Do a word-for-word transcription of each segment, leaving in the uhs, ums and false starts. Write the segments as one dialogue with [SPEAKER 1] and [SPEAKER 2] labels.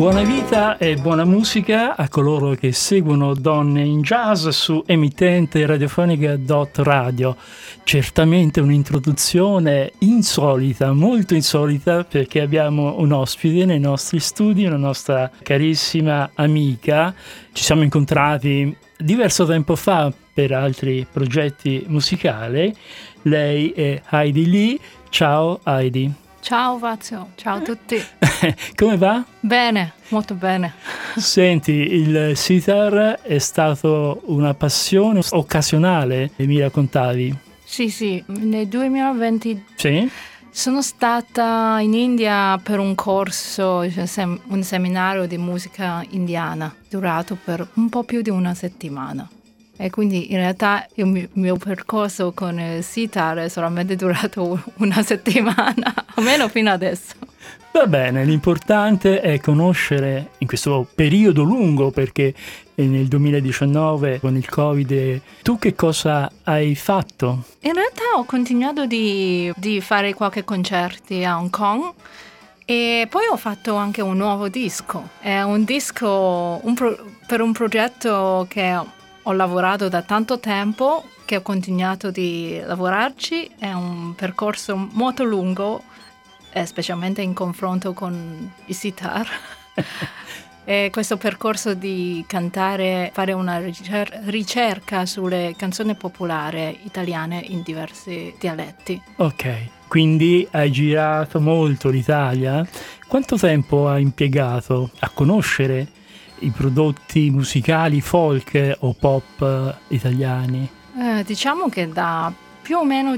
[SPEAKER 1] Buona vita e buona musica a coloro che seguono Donne in Jazz su emittente radiofonica Dot Radio. Certamente un'introduzione insolita, molto insolita, perché abbiamo un ospite nei nostri studi, una nostra carissima amica. Ci siamo incontrati diverso tempo fa per altri progetti musicali. Lei è Heidi Lee. Ciao Heidi.
[SPEAKER 2] Ciao Fazio, ciao a tutti.
[SPEAKER 1] Come va?
[SPEAKER 2] Bene, molto bene.
[SPEAKER 1] Senti, il sitar è stato una passione occasionale, mi raccontavi?
[SPEAKER 2] Sì, sì, nel duemilaventi
[SPEAKER 1] sì?
[SPEAKER 2] Sono stata in India per un corso, un seminario di musica indiana, durato per un po' più di una settimana. E quindi in realtà il mio percorso con il sitar è solamente durato una settimana, almeno fino adesso.
[SPEAKER 1] Va bene, l'importante è conoscere in questo periodo lungo, perché nel duemiladiciannove con il Covid tu che cosa hai fatto?
[SPEAKER 2] In realtà ho continuato di, di fare qualche concerti a Hong Kong e poi ho fatto anche un nuovo disco. È un disco un pro, per un progetto che ho lavorato da tanto tempo, che ho continuato di lavorarci. È un percorso molto lungo, eh, specialmente in confronto con il sitar. E questo percorso di cantare, fare una ricer- ricerca sulle canzoni popolari italiane in diversi dialetti.
[SPEAKER 1] Ok, quindi hai girato molto l'Italia. Quanto tempo hai impiegato a conoscere i prodotti musicali folk o pop italiani?
[SPEAKER 2] Eh, diciamo che da più o meno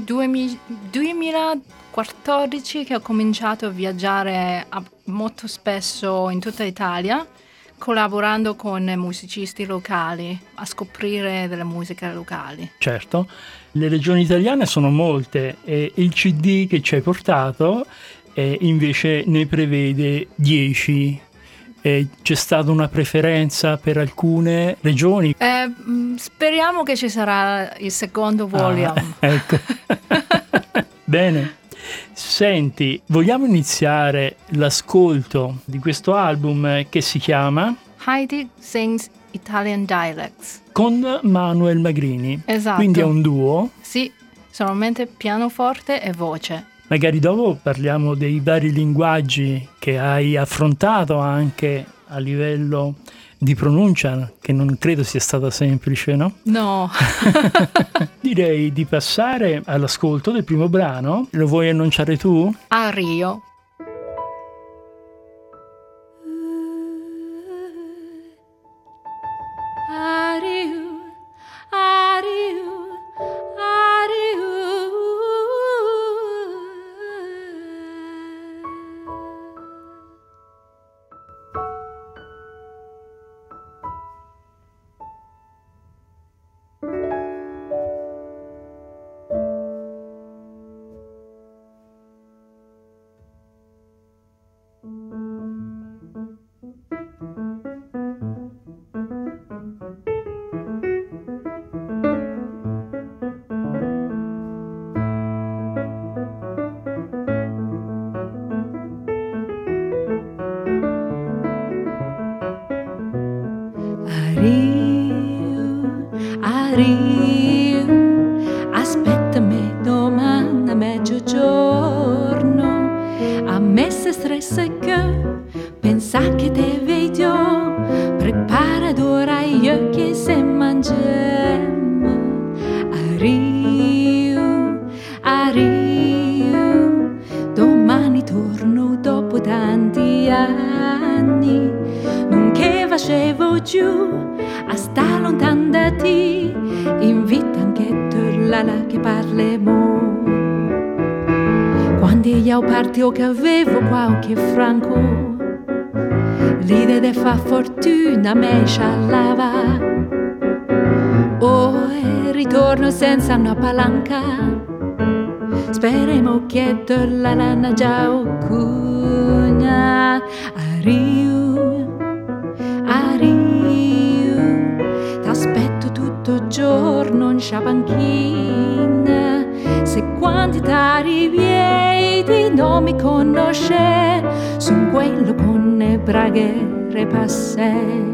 [SPEAKER 2] duemilaquattordici che ho cominciato a viaggiare a, molto spesso in tutta Italia, collaborando con musicisti locali, a scoprire delle musiche locali.
[SPEAKER 1] Certo, le regioni italiane sono molte e il C D che ci hai portato eh, invece ne prevede dieci. E c'è stata una preferenza per alcune regioni?
[SPEAKER 2] Eh, speriamo che ci sarà il secondo volume.
[SPEAKER 1] Ah, ecco. Bene. Senti, vogliamo iniziare l'ascolto di questo album che si chiama
[SPEAKER 2] Heidi Sings Italian Dialects
[SPEAKER 1] con Manuel Magrini.
[SPEAKER 2] Esatto.
[SPEAKER 1] Quindi è un duo?
[SPEAKER 2] Sì, solamente pianoforte e voce.
[SPEAKER 1] Magari dopo parliamo dei vari linguaggi che hai affrontato anche a livello di pronuncia, che non credo sia stata semplice, no?
[SPEAKER 2] No.
[SPEAKER 1] Direi di passare all'ascolto del primo brano. Lo vuoi annunciare tu?
[SPEAKER 2] A Rio.
[SPEAKER 3] Aspettami domani a mezzogiorno. A me se stressa che pensa che te vedo. Prepara d'ora io che se mangiamo. A Rio, a Rio. Domani torno dopo tanti anni. Non che facevo giù a sta lontano da te. Invita anche te la che parliamo. Quando io partio che avevo qualche franco, l'idea di fa fortuna me sciallava. Oh, e ritorno senza una palanca. Speriamo che te la lana già ocugna. A Rio, a Rio, t'aspetto tutto il giorno in scia panchina. Se quando t'arrivi vieti non mi conosce, son quello con le braghe repassè.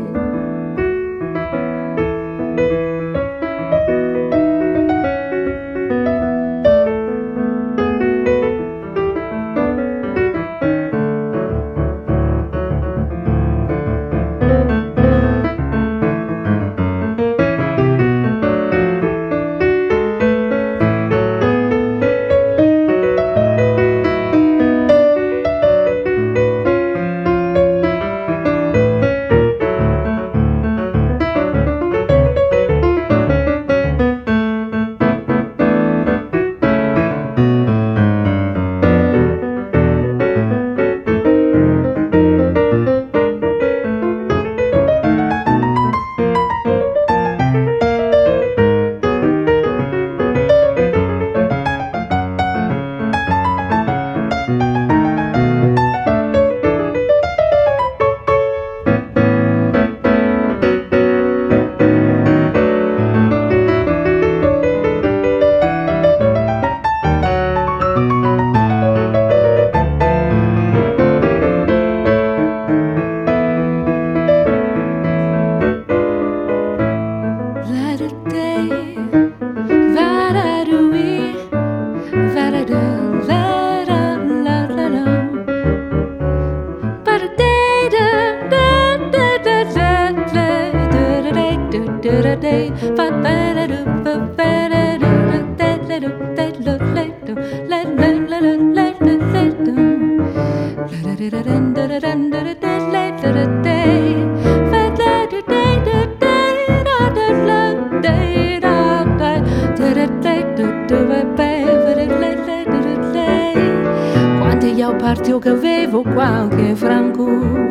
[SPEAKER 3] Quante io partio che avevo qualche franco,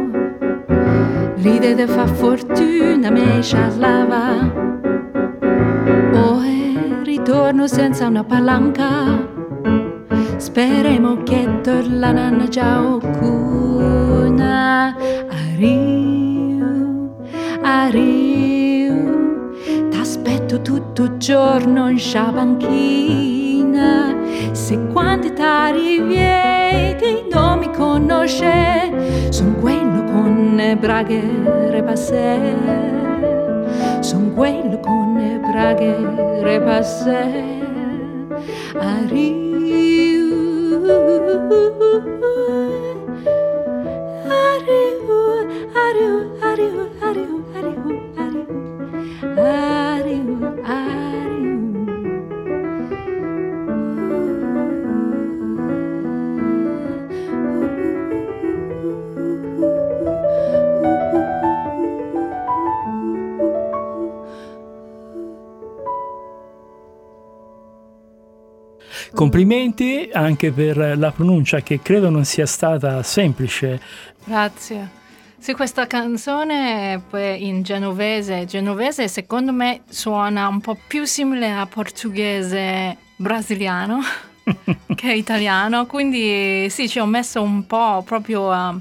[SPEAKER 3] l'idea di fa fortuna me sciallava. Oh, e ritorno senza una palanca, speriamo che torna nanna già ocuna. Arrivo, arrivo, t'aspetto tutto il giorno in scia banchina. Se quando t'arrivi non mi conosce, son quello con le braghe repassè, son quello con le braghe repassè. Arrivo, arrivo, arrivo, arrivo, arrivo, arrivo, arrivo, arrivo, arrivo.
[SPEAKER 1] Complimenti anche per la pronuncia, che credo non sia stata semplice.
[SPEAKER 2] Grazie. Sì, questa canzone poi in genovese, genovese secondo me suona un po' più simile a portoghese brasiliano che italiano, quindi sì, ci ho messo un po' proprio a,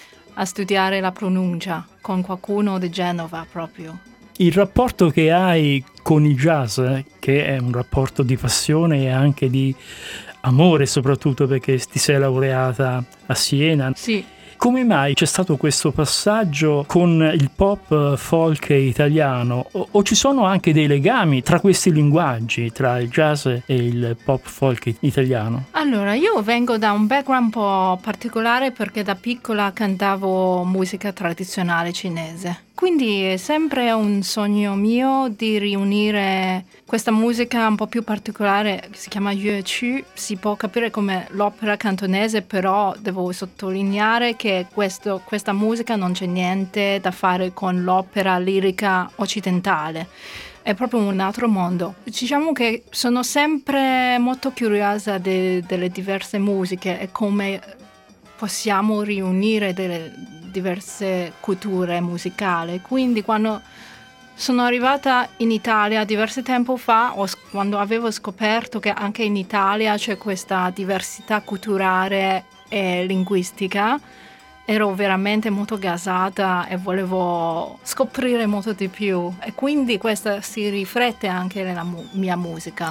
[SPEAKER 2] a studiare la pronuncia con qualcuno di Genova proprio.
[SPEAKER 1] Il rapporto che hai con il jazz, che è un rapporto di passione e anche di amore, soprattutto perché ti sei laureata a Siena.
[SPEAKER 2] Sì.
[SPEAKER 1] Come mai c'è stato questo passaggio con il pop folk italiano? O, o ci sono anche dei legami tra questi linguaggi, tra il jazz e il pop folk italiano?
[SPEAKER 2] Allora, io vengo da un background un po' particolare perché da piccola cantavo musica tradizionale cinese. Quindi è sempre un sogno mio di riunire questa musica un po' più particolare, che si chiama Yue Qu. Si può capire come l'opera cantonese, però devo sottolineare che questo, questa musica non c'è niente da fare con l'opera lirica occidentale. È proprio un altro mondo. Diciamo che sono sempre molto curiosa de, delle diverse musiche e come possiamo riunire delle diverse culture musicali. Quindi quando sono arrivata in Italia diverso tempo fa, o quando avevo scoperto che anche in Italia c'è questa diversità culturale e linguistica, ero veramente molto gasata e volevo scoprire molto di più, e quindi questa si riflette anche nella mu- mia musica.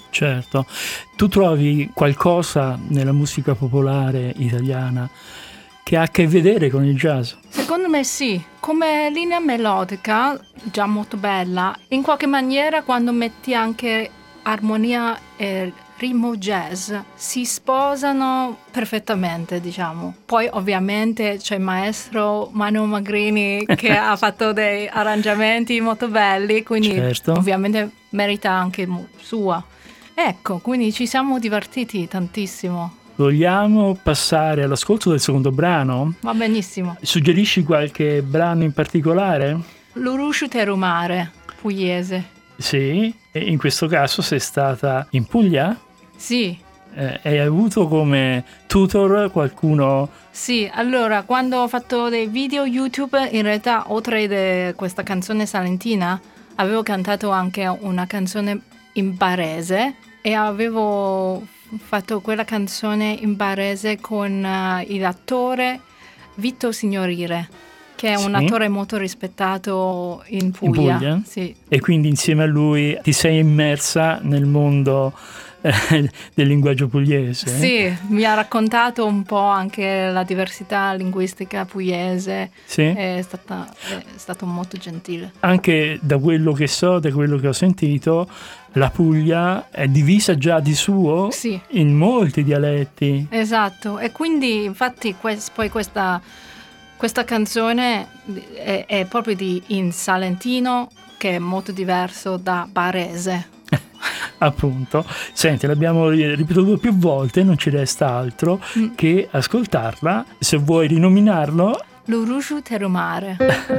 [SPEAKER 1] Certo. Tu trovi qualcosa nella musica popolare italiana che ha a che vedere con il jazz?
[SPEAKER 2] Secondo me sì, come linea melodica, già molto bella, in qualche maniera quando metti anche armonia e ritmo jazz si sposano perfettamente, diciamo. Poi ovviamente c'è il maestro Manu Magrini che ha fatto dei arrangiamenti molto belli, quindi
[SPEAKER 1] certo.
[SPEAKER 2] ovviamente merita anche sua. Ecco, quindi ci siamo divertiti tantissimo.
[SPEAKER 1] Vogliamo passare all'ascolto del secondo brano?
[SPEAKER 2] Va benissimo.
[SPEAKER 1] Suggerisci qualche brano in particolare?
[SPEAKER 2] L'Urushu Terumare, pugliese.
[SPEAKER 1] Sì, e in questo caso sei stata in Puglia?
[SPEAKER 2] Sì.
[SPEAKER 1] Eh, hai avuto come tutor qualcuno?
[SPEAKER 2] Sì, allora quando ho fatto dei video YouTube, in realtà oltre a questa canzone salentina, avevo cantato anche una canzone in barese e avevo fatto quella canzone in barese con uh, l'attore Vito Signorire, che è sì. un attore molto rispettato in Puglia.
[SPEAKER 1] In Puglia?
[SPEAKER 2] Sì.
[SPEAKER 1] E quindi insieme a lui ti sei immersa nel mondo eh, del linguaggio pugliese?
[SPEAKER 2] Sì, mi ha raccontato un po' anche la diversità linguistica pugliese.
[SPEAKER 1] Sì.
[SPEAKER 2] È, stata, è stato molto gentile.
[SPEAKER 1] Anche da quello che so, da quello che ho sentito, la Puglia è divisa già di suo
[SPEAKER 2] sì.
[SPEAKER 1] in molti dialetti.
[SPEAKER 2] Esatto, e quindi infatti quest, poi questa, questa canzone è, è proprio di, in salentino, che è molto diverso da barese.
[SPEAKER 1] Appunto. Senti, l'abbiamo ripetuto più volte, non ci resta altro mm. che ascoltarla. Se vuoi rinominarlo,
[SPEAKER 2] L'Urushu Terumare.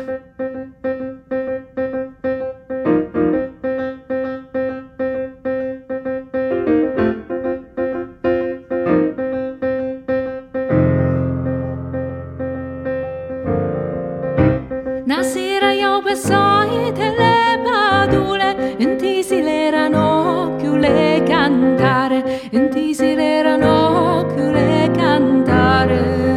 [SPEAKER 3] Nasira io pensai delle padule, in ti si l'erano più le cantare, in ti si l'erano più le cantare.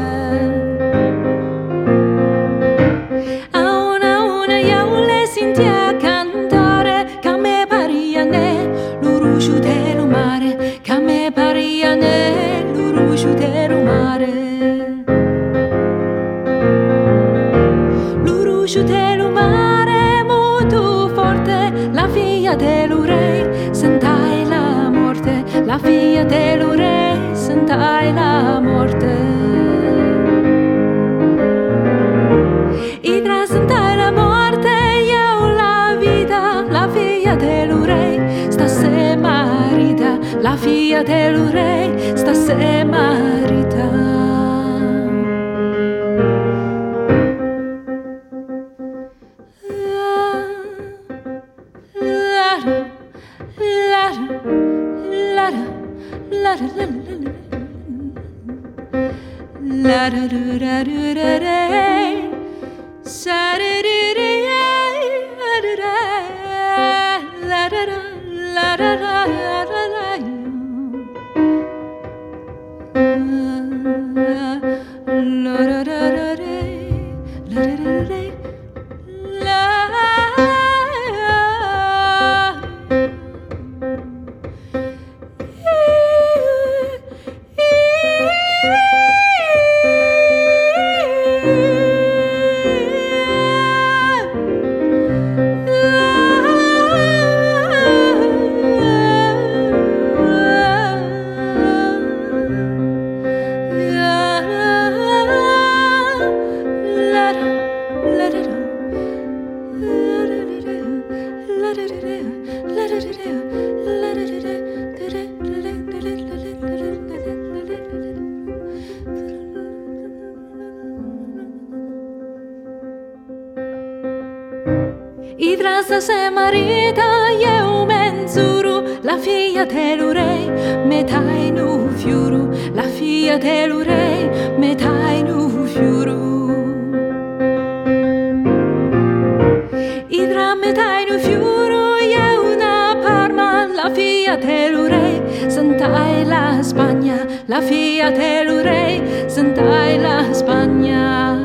[SPEAKER 3] A una a una io le sentia cantare, che me paria ne l'Urushu Terumare, che me paria ne l'Urushu Terumare. L'Urushu Terumare molto forte, la figlia dell'Urei sentai la morte, la figlia dell'Urei sentai la morte. Idra sentai la morte, io la vita, la figlia dell'Urei sta se marita, la figlia dell'Urei sta se marita. La da da da da da da, sa da da da da da, la da da la da da da da, la da da da da, la da da da. Idrasa se marita eu menzuru, la figlia dell'Urei metai nu fiuru, la figlia dell'Urei metai nu fiuru. Idra metai nu fiuru, eu na Parma, la figlia dell'Urei sentai la Spagna, la figlia dell'Urei sentai la Spagna.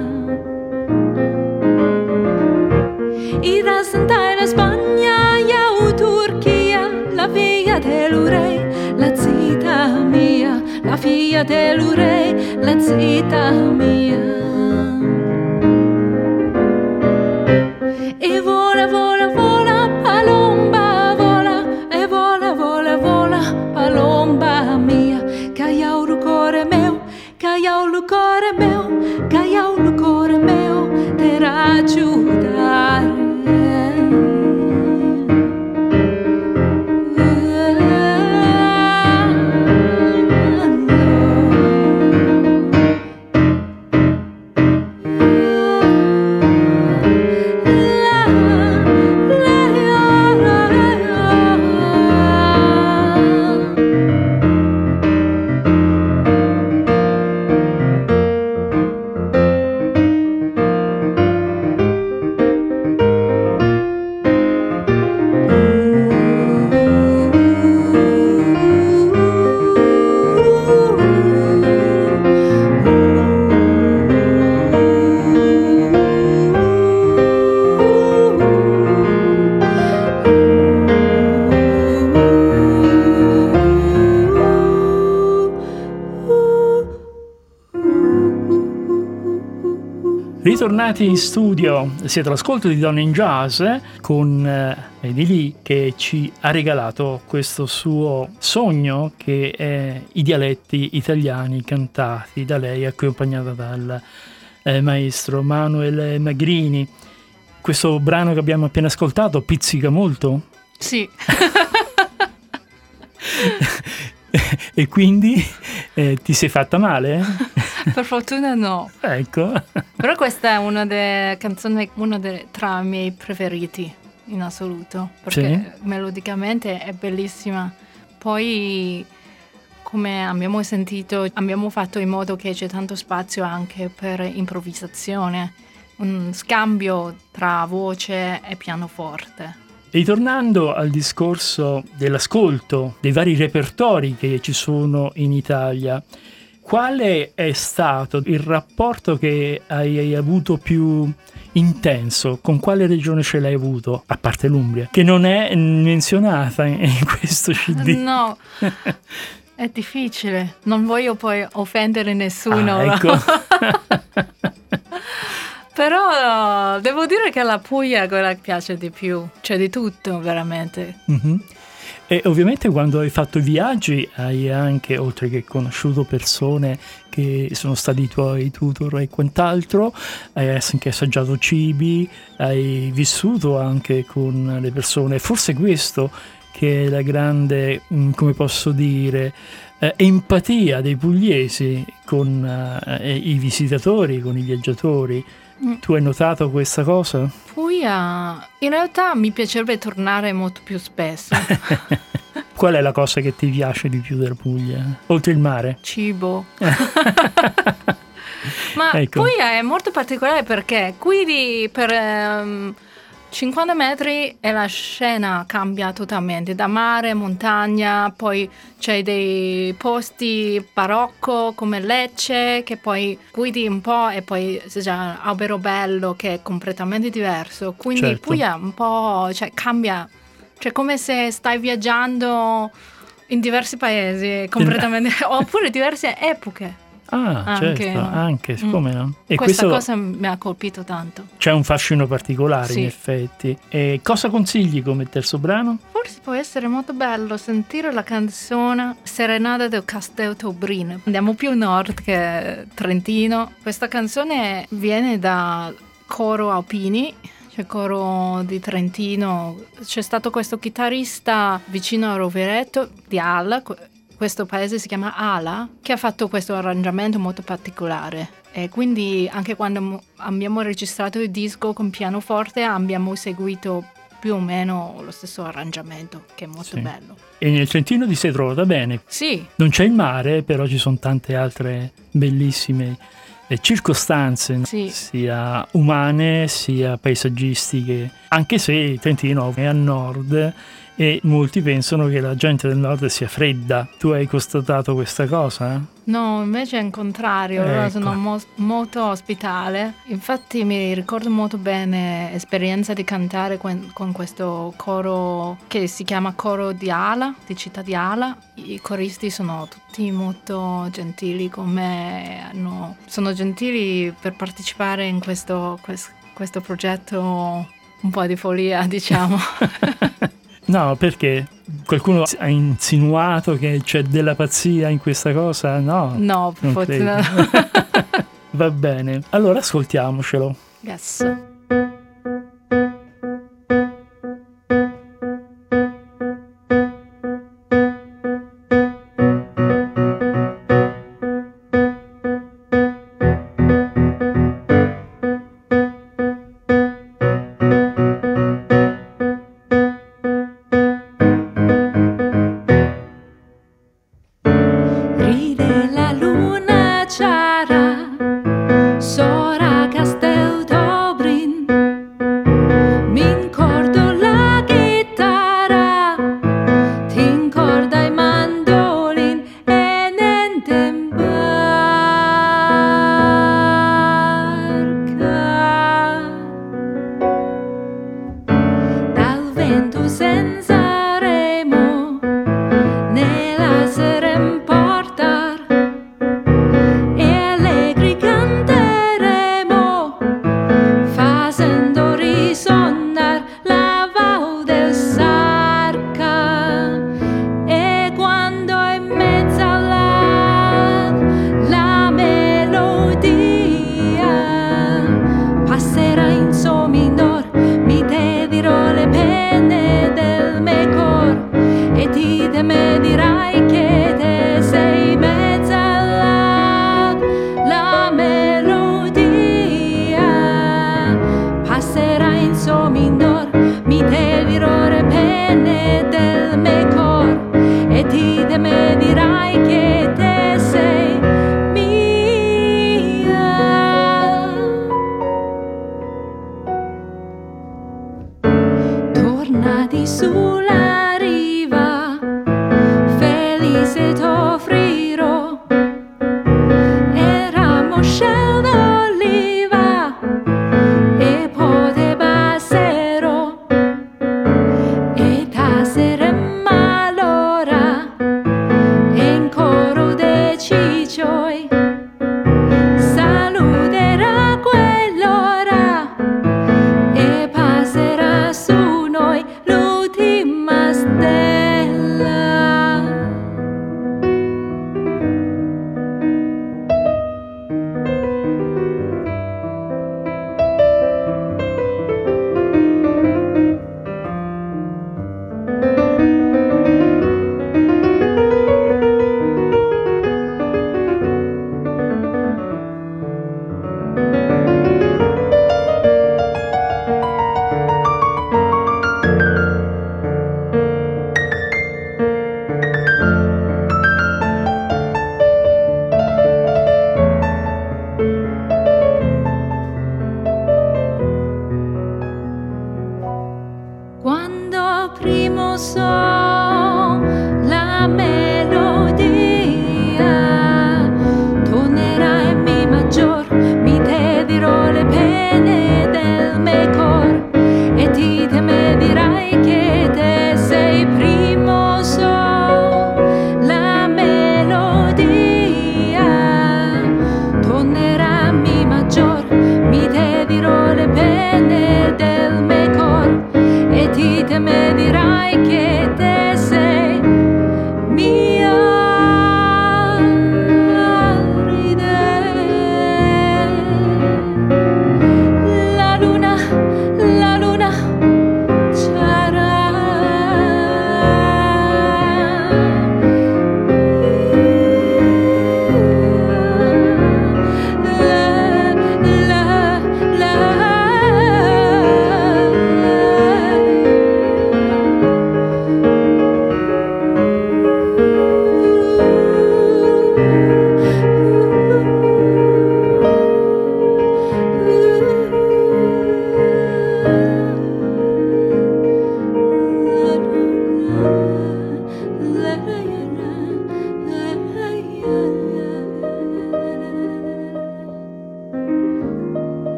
[SPEAKER 3] Idra sentai la Spagna, io Turchia, la figlia dell'Urei via del re, la zita mia. E vola, vola, vola, palomba, vola, e vola, vola, vola, palomba mia. Caiau lu core meu, caiau lu core meu, caiau lu core meu, per aiutare.
[SPEAKER 1] Ritornati in studio, siete all'ascolto di Donne in Jazz con eh, Edi che ci ha regalato questo suo sogno che è i dialetti italiani cantati da lei, accompagnata dal eh, maestro Manuel Magrini. Questo brano che abbiamo appena ascoltato pizzica molto?
[SPEAKER 2] Sì.
[SPEAKER 1] E quindi eh, ti sei fatta male?
[SPEAKER 2] Per fortuna no.
[SPEAKER 1] Ecco.
[SPEAKER 2] Però questa è una delle canzoni, una delle, tra i miei preferiti in assoluto, perché sì, melodicamente è bellissima. Poi, come abbiamo sentito, abbiamo fatto in modo che c'è tanto spazio anche per improvvisazione, un scambio tra voce e pianoforte.
[SPEAKER 1] Ritornando al discorso dell'ascolto dei vari repertori che ci sono in Italia, quale è stato il rapporto che hai, hai avuto più intenso? Con quale regione ce l'hai avuto? A parte l'Umbria, che non è menzionata in, in questo C D.
[SPEAKER 2] No, è difficile. Non voglio poi offendere nessuno.
[SPEAKER 1] Ah, ecco.
[SPEAKER 2] Però devo dire che la Puglia è quella che piace di più, cioè di tutto veramente.
[SPEAKER 1] Mm-hmm. E ovviamente quando hai fatto i viaggi hai anche, oltre che conosciuto persone che sono stati tuoi tutor e quant'altro, hai anche assaggiato cibi, hai vissuto anche con le persone. Forse questo che è la grande, come posso dire, eh, empatia dei pugliesi con eh, i visitatori, con i viaggiatori. Mm. Tu hai notato questa cosa?
[SPEAKER 2] Puglia, in realtà mi piacerebbe tornare molto più spesso.
[SPEAKER 1] Qual è la cosa che ti piace di più della Puglia? Oltre il mare?
[SPEAKER 2] Cibo. Ma
[SPEAKER 1] ecco.
[SPEAKER 2] Puglia è molto particolare perché qui di, per um, cinquanta metri e la scena cambia totalmente, da mare, montagna, poi c'è dei posti barocco come Lecce, che poi guidi un po' e poi c'è già Alberobello che è completamente diverso, quindi
[SPEAKER 1] certo.
[SPEAKER 2] Puglia un po', cioè, cambia, cioè come se stai viaggiando in diversi paesi completamente, oppure diverse epoche.
[SPEAKER 1] Ah,
[SPEAKER 2] anche,
[SPEAKER 1] certo, anche,
[SPEAKER 2] mm.
[SPEAKER 1] come no? E
[SPEAKER 2] questa
[SPEAKER 1] questo
[SPEAKER 2] cosa mi ha colpito tanto.
[SPEAKER 1] C'è un fascino particolare,
[SPEAKER 2] sì,
[SPEAKER 1] in effetti. E cosa consigli come terzo brano?
[SPEAKER 2] Forse può essere molto bello sentire la canzone Serenata del Castel Tobrin. Andiamo più nord che Trentino. Questa canzone viene da Coro Alpini, cioè coro di Trentino. C'è stato questo chitarrista vicino a Rovereto di Ala, questo paese si chiama Ala, che ha fatto questo arrangiamento molto particolare. E quindi anche quando abbiamo registrato il disco con pianoforte abbiamo seguito più o meno lo stesso arrangiamento, che è molto
[SPEAKER 1] sì,
[SPEAKER 2] bello.
[SPEAKER 1] E nel Trentino ti sei trovata bene?
[SPEAKER 2] Sì.
[SPEAKER 1] Non c'è il mare, però ci sono tante altre bellissime circostanze,
[SPEAKER 2] sì,
[SPEAKER 1] sia umane sia paesaggistiche, anche se il Trentino è a nord e molti pensano che la gente del nord sia fredda. Tu hai constatato questa cosa? Eh?
[SPEAKER 2] No, invece è il contrario, loro
[SPEAKER 1] Ecco.
[SPEAKER 2] sono mo- molto ospitali. Infatti mi ricordo molto bene l'esperienza di cantare con, con questo coro che si chiama Coro di Ala, di Città di Ala. I coristi sono tutti molto gentili con me, hanno- sono gentili per partecipare in questo, quest- questo progetto un po' di follia, diciamo.
[SPEAKER 1] No, perché qualcuno ha insinuato che c'è della pazzia in questa cosa? No,
[SPEAKER 2] No,
[SPEAKER 1] non
[SPEAKER 2] forse
[SPEAKER 1] credo.
[SPEAKER 2] no.
[SPEAKER 1] Va bene, allora ascoltiamocelo.
[SPEAKER 2] Yes.
[SPEAKER 3] Ride la luna chiara, sora Castel Tobrin. Mi incordo la chitarra, ti incorda i mandolin e niente in barca. Dal vento senza remo, nella sera in portar e allegri canteremo, facendo risonnar la val del Sarca. E quando in mezzo alla la melodia passerà in so minor, mi te dirò le penne del me cor e ti de me dirai che te sei mezzo alla la melodia passerà in so minor, mi te dirò le penne del me cor e ti de me dirai che te sei mia. Tornati sulla riva, felice t'offrirò, e ramoscello d'oliva e po' de passero, e taseremmo allora, e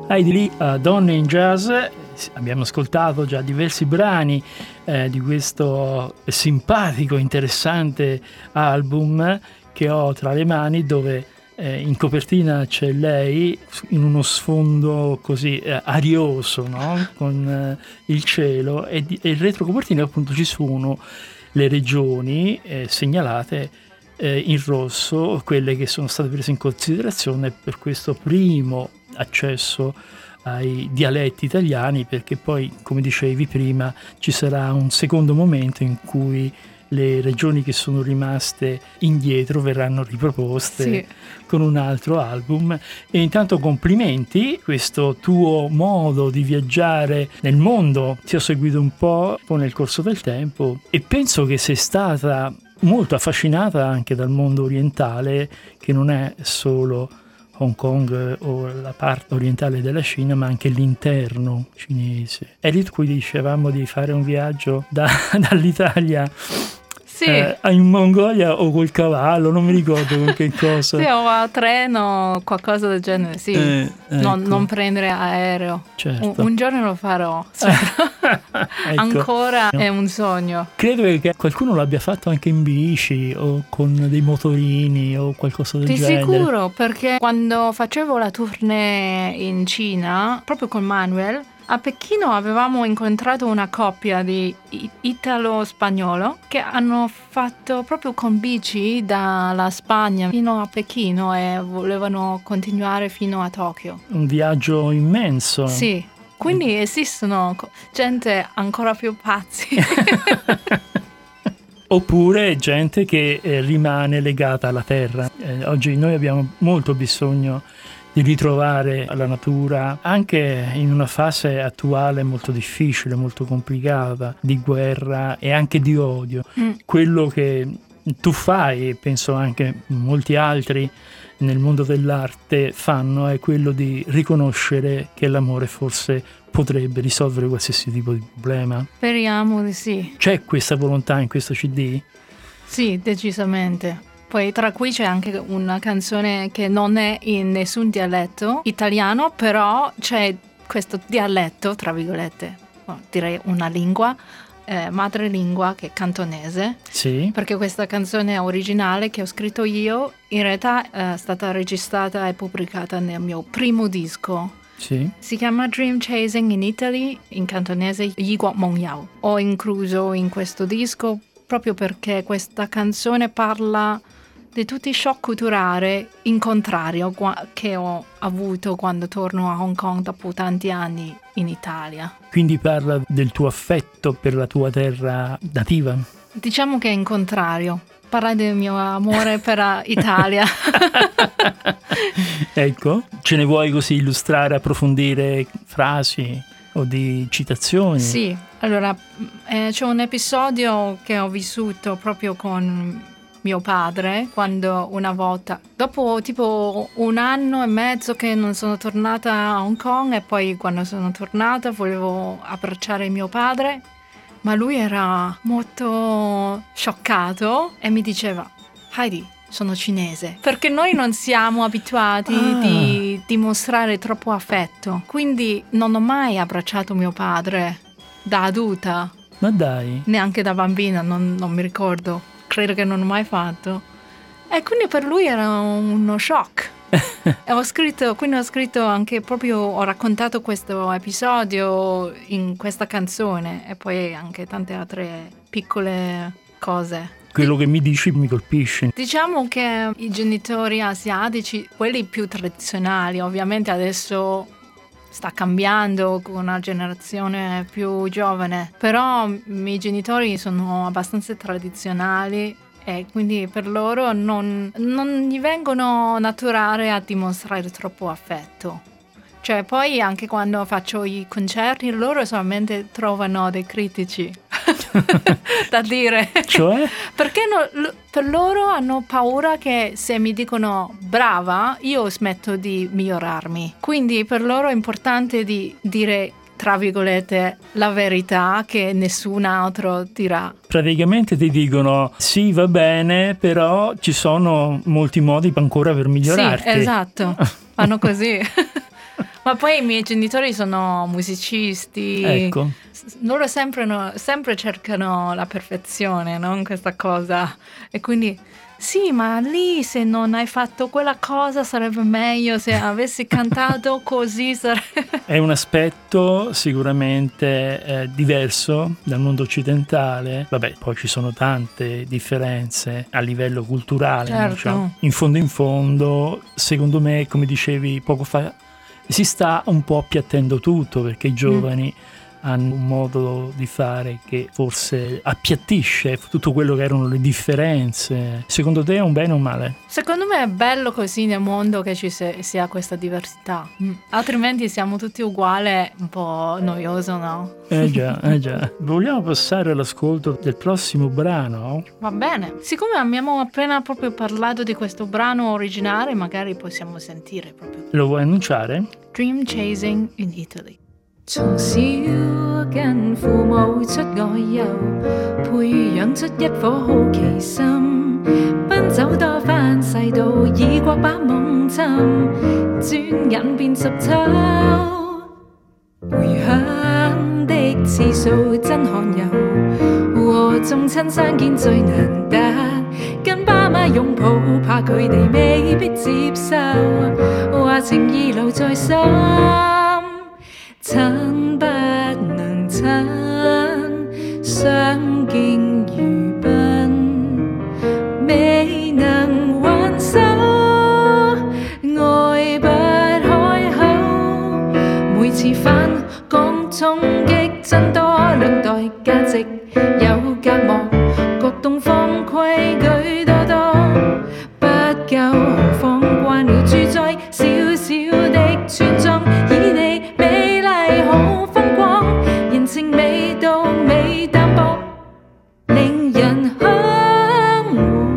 [SPEAKER 1] Heidi Lee, uh, Donne in Jazz. Abbiamo ascoltato già diversi brani eh, di questo simpatico, interessante album che ho tra le mani, dove eh, in copertina c'è lei in uno sfondo così eh, arioso, no? Con eh, il cielo, e, di, e il retrocopertina appunto ci sono le regioni eh, segnalate eh, in rosso, quelle che sono state prese in considerazione per questo primo accesso ai dialetti italiani, perché poi, come dicevi prima, ci sarà un secondo momento in cui le regioni che sono rimaste indietro verranno riproposte, sì, con un altro album. E intanto complimenti, questo tuo modo di viaggiare nel mondo ti ho seguito un po', un po' nel corso del tempo, e penso che sei stata molto affascinata anche dal mondo orientale, che non è solo Hong Kong o la parte orientale della Cina, ma anche l'interno cinese. E lì qui dicevamo di fare un viaggio da, dall'Italia, sì, eh, in Mongolia, o col cavallo, non mi ricordo con che cosa.
[SPEAKER 2] Sì, o a treno, qualcosa del genere, sì. Eh, ecco. non, non prendere aereo.
[SPEAKER 1] Certo.
[SPEAKER 2] Un, un giorno lo farò. Ecco. Ancora è un sogno.
[SPEAKER 1] Credo che qualcuno l'abbia fatto anche in bici o con dei motorini o qualcosa del
[SPEAKER 2] Di
[SPEAKER 1] genere.
[SPEAKER 2] Di sicuro, perché quando facevo la tournée in Cina, proprio con Manuel, a Pechino avevamo incontrato una coppia di italo-spagnolo che hanno fatto proprio con bici dalla Spagna fino a Pechino e volevano continuare fino a Tokyo.
[SPEAKER 1] Un viaggio immenso.
[SPEAKER 2] Sì, quindi esistono gente ancora più pazzi.
[SPEAKER 1] Oppure gente che eh, rimane legata alla terra. Eh, oggi noi abbiamo molto bisogno di ritrovare la natura, anche in una fase attuale molto difficile, molto complicata, di guerra e anche di odio. Mm. Quello che tu fai, e penso anche molti altri nel mondo dell'arte fanno, è quello di riconoscere che l'amore forse potrebbe risolvere qualsiasi tipo di problema.
[SPEAKER 2] Speriamo di sì.
[SPEAKER 1] C'è questa volontà in questo C D?
[SPEAKER 2] Sì, decisamente. Poi tra cui c'è anche una canzone che non è in nessun dialetto italiano, però c'è questo dialetto, tra virgolette, direi una lingua, eh, madrelingua, che è cantonese.
[SPEAKER 1] Sì.
[SPEAKER 2] Perché questa canzone originale che ho scritto io, in realtà è stata registrata e pubblicata nel mio primo disco.
[SPEAKER 1] Sì.
[SPEAKER 2] Si chiama Dream Chasing in Italy, in cantonese Yi Guo Mong Yao. Ho incluso in questo disco proprio perché questa canzone parla di tutti i shock culturali in contrario che ho avuto quando torno a Hong Kong dopo tanti anni in Italia.
[SPEAKER 1] Quindi parla del tuo affetto per la tua terra nativa?
[SPEAKER 2] Diciamo che è in contrario. Parla del mio amore per l'Italia.
[SPEAKER 1] Ecco, ce ne vuoi così illustrare, approfondire frasi o di citazioni?
[SPEAKER 2] Sì, allora eh, c'è un episodio che ho vissuto proprio con mio padre, quando una volta, dopo tipo un anno e mezzo che non sono tornata a Hong Kong, e poi quando sono tornata volevo abbracciare mio padre, ma lui era molto scioccato e mi diceva: Heidi, sono cinese, perché noi non siamo abituati ah. di dimostrare troppo affetto, quindi non ho mai abbracciato mio padre da adulta.
[SPEAKER 1] Ma dai.
[SPEAKER 2] Neanche da bambina, non, non mi ricordo. Credo che non ho mai fatto. E quindi per lui era uno shock. E ho scritto, quindi ho scritto anche proprio, ho raccontato questo episodio in questa canzone, e poi anche tante altre piccole cose.
[SPEAKER 1] Quello che mi dici mi colpisce.
[SPEAKER 2] Diciamo che i genitori asiatici, quelli più tradizionali, ovviamente adesso sta cambiando con una generazione più giovane, però i miei genitori sono abbastanza tradizionali e quindi per loro non, non gli vengono naturale a dimostrare troppo affetto. Cioè poi anche quando faccio i concerti loro solamente trovano dei critici da dire.
[SPEAKER 1] Cioè?
[SPEAKER 2] Perché no, per loro hanno paura che se mi dicono brava io smetto di migliorarmi. Quindi per loro è importante di dire, tra virgolette, la verità che nessun altro dirà.
[SPEAKER 1] Praticamente ti dicono sì, va bene, però ci sono molti modi ancora per migliorarti.
[SPEAKER 2] Sì, esatto, fanno così. Ma poi i miei genitori sono musicisti,
[SPEAKER 1] ecco.
[SPEAKER 2] Loro sempre, no, sempre cercano la perfezione, no? In questa cosa, e quindi sì, ma lì se non hai fatto quella cosa sarebbe meglio, se avessi cantato così sarebbe...
[SPEAKER 1] È un aspetto sicuramente eh, diverso dal mondo occidentale. Vabbè, poi ci sono tante differenze a livello culturale,
[SPEAKER 2] Certo.
[SPEAKER 1] diciamo. In fondo in fondo, secondo me, come dicevi poco fa, si sta un po' appiattendo tutto, perché i giovani mm. hanno un modo di fare che forse appiattisce tutto quello che erano le differenze. Secondo te è un bene o un male?
[SPEAKER 2] Secondo me è bello così nel mondo che ci sia questa diversità. Mm. Altrimenti siamo tutti uguali, un po' noioso, no?
[SPEAKER 1] Eh già, eh già. Vogliamo passare all'ascolto del prossimo brano?
[SPEAKER 2] Va bene. Siccome abbiamo appena proprio parlato di questo brano originale, magari possiamo sentire proprio.
[SPEAKER 1] Lo vuoi annunciare?
[SPEAKER 2] Dream Chasing in Italy.
[SPEAKER 3] 從小跟父母出外遊，培養出一顆好奇心，奔走多番世道，異國把夢尋，轉眼變十秋。回鄉的次數真罕有，和眾親相見最難得，跟爸媽擁抱，怕佢哋未必接受，話情意留在心。親不能親，相敬如賓，未能挽手，愛不開口。每次反港衝擊，真多兩代價值有隔膜，各東方規矩多多不夠，何況慣了住在小小的村莊，以你美麗好風光，人情味道未淡薄，令人向往。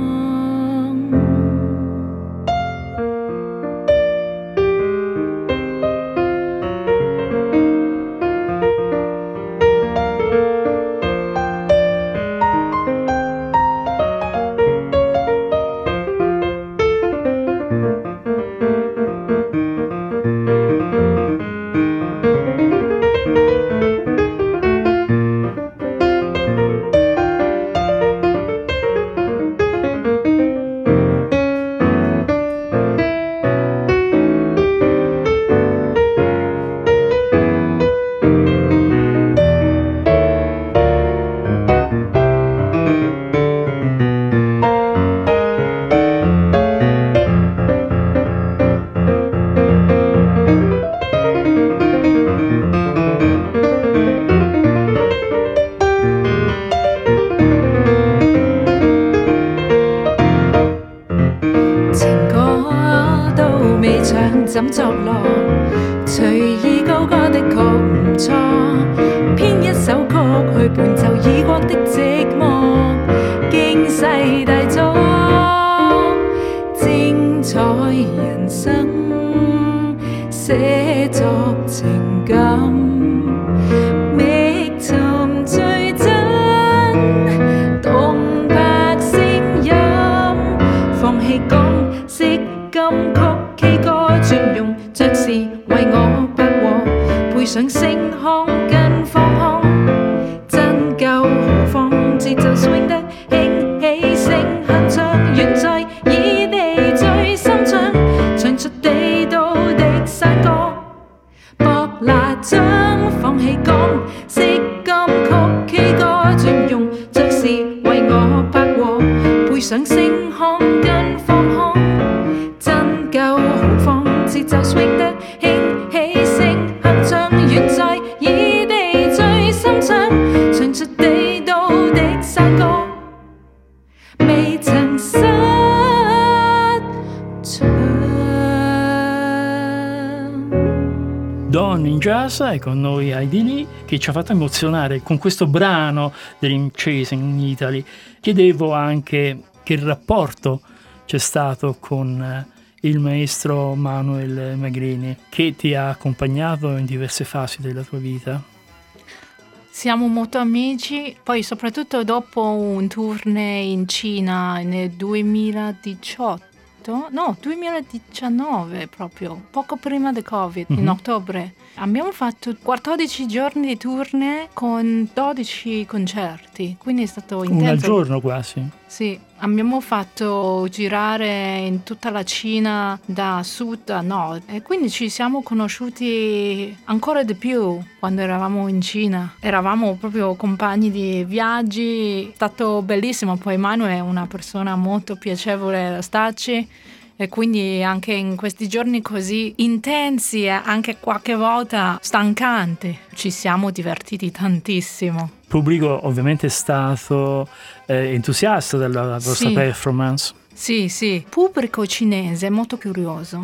[SPEAKER 3] 怎作樂？隨意高歌的確唔錯，編一首曲去伴奏異國的寂寞，驚世大作，精彩人生，寫作情感，覓尋最真，動魄聲音，放棄港式金曲。K 歌轉用爵士為我百和，配上星腔跟方腔，真夠何況節奏 swing 得興起聲響唱，遠在異地最深唱，唱出地道的山歌，博拿將放棄港式金曲 K 歌轉用爵士為我百和，配上星腔跟方腔。真夠豪放，節奏 swing 得興起聲響唱，遠在異地最深唱，唱出地道的山歌，未曾失唱。
[SPEAKER 1] Donne in Jazz è con noi Heidi Lee, che ci ha fatto emozionare con questo brano Dream Chasing in Italy. Chiedevo anche che rapporto c'è stato con il maestro Manuel Magrini, che ti ha accompagnato in diverse fasi della tua vita.
[SPEAKER 2] Siamo molto amici, poi soprattutto dopo un tournée in Cina nel duemiladiciotto, fatto, no, duemiladiciannove proprio, poco prima del Covid,
[SPEAKER 1] mm-hmm.
[SPEAKER 2] in ottobre. Abbiamo fatto quattordici giorni di tournée con dodici concerti, quindi è stato intenso.
[SPEAKER 1] Un al giorno quasi.
[SPEAKER 2] Sì, abbiamo fatto girare in tutta la Cina da sud a nord e quindi ci siamo conosciuti ancora di più quando eravamo in Cina. Eravamo proprio compagni di viaggi, è stato bellissimo. Poi Manu è una persona molto piacevole da starci. E quindi anche in questi giorni così intensi e anche qualche volta stancanti ci siamo divertiti tantissimo.
[SPEAKER 1] Il pubblico ovviamente è stato eh, entusiasta della vostra
[SPEAKER 2] sì.
[SPEAKER 1] performance.
[SPEAKER 2] Sì, sì. Il pubblico cinese è molto curioso.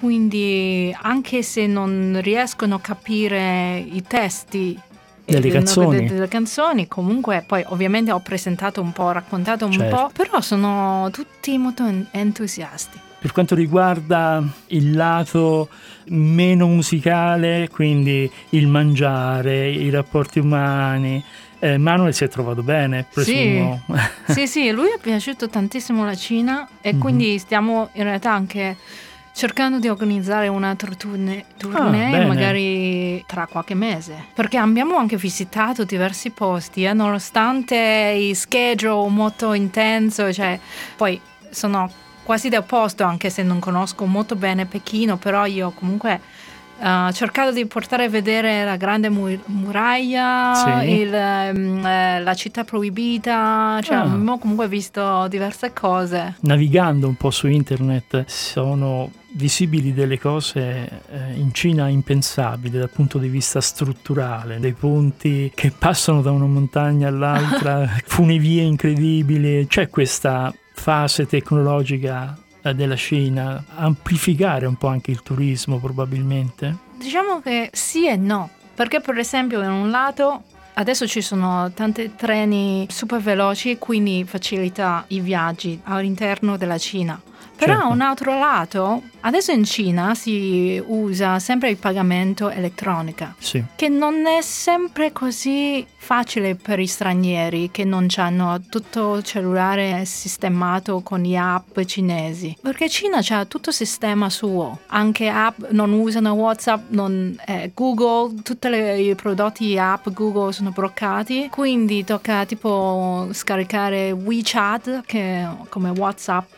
[SPEAKER 2] Quindi anche se non riescono a capire i testi
[SPEAKER 1] delle canzoni.
[SPEAKER 2] Delle, delle canzoni, comunque poi ovviamente ho presentato un po', raccontato un
[SPEAKER 1] certo.
[SPEAKER 2] po', però sono tutti molto entusiasti.
[SPEAKER 1] Per quanto riguarda il lato meno musicale, quindi il mangiare, i rapporti umani, eh, Manuel si è trovato bene, presumo.
[SPEAKER 2] Sì, sì, sì, lui è piaciuto tantissimo la Cina e mm-hmm. quindi stiamo in realtà anche cercando di organizzare un altro tournée, tournée
[SPEAKER 1] ah,
[SPEAKER 2] magari tra qualche mese, perché abbiamo anche visitato diversi posti, eh, nonostante il schedule molto intenso, cioè poi sono quasi del posto, anche se non conosco molto bene Pechino, però io comunque ho uh, cercato di portare a vedere la grande mur- muraglia,
[SPEAKER 1] sì.
[SPEAKER 2] il, um, eh, la città proibita, cioè
[SPEAKER 1] ah.
[SPEAKER 2] abbiamo comunque visto diverse cose.
[SPEAKER 1] Navigando un po' su internet sono visibili delle cose eh, in Cina impensabili dal punto di vista strutturale, dei ponti che passano da una montagna all'altra, funivie incredibili. C'è questa fase tecnologica della Cina, amplificare un po' anche il turismo probabilmente?
[SPEAKER 2] Diciamo che sì e no, perché per esempio in un lato adesso ci sono tanti treni super veloci, quindi facilita i viaggi all'interno della Cina. Però
[SPEAKER 1] certo.
[SPEAKER 2] a un altro lato, adesso in Cina si usa sempre il pagamento elettronico,
[SPEAKER 1] sì.
[SPEAKER 2] che non è sempre così facile per gli stranieri che non hanno tutto il cellulare sistemato con gli app cinesi. Perché Cina c'ha tutto il sistema suo, anche app non usano WhatsApp, non, eh, Google, tutti i prodotti app Google sono bloccati, quindi tocca tipo scaricare WeChat, che come WhatsApp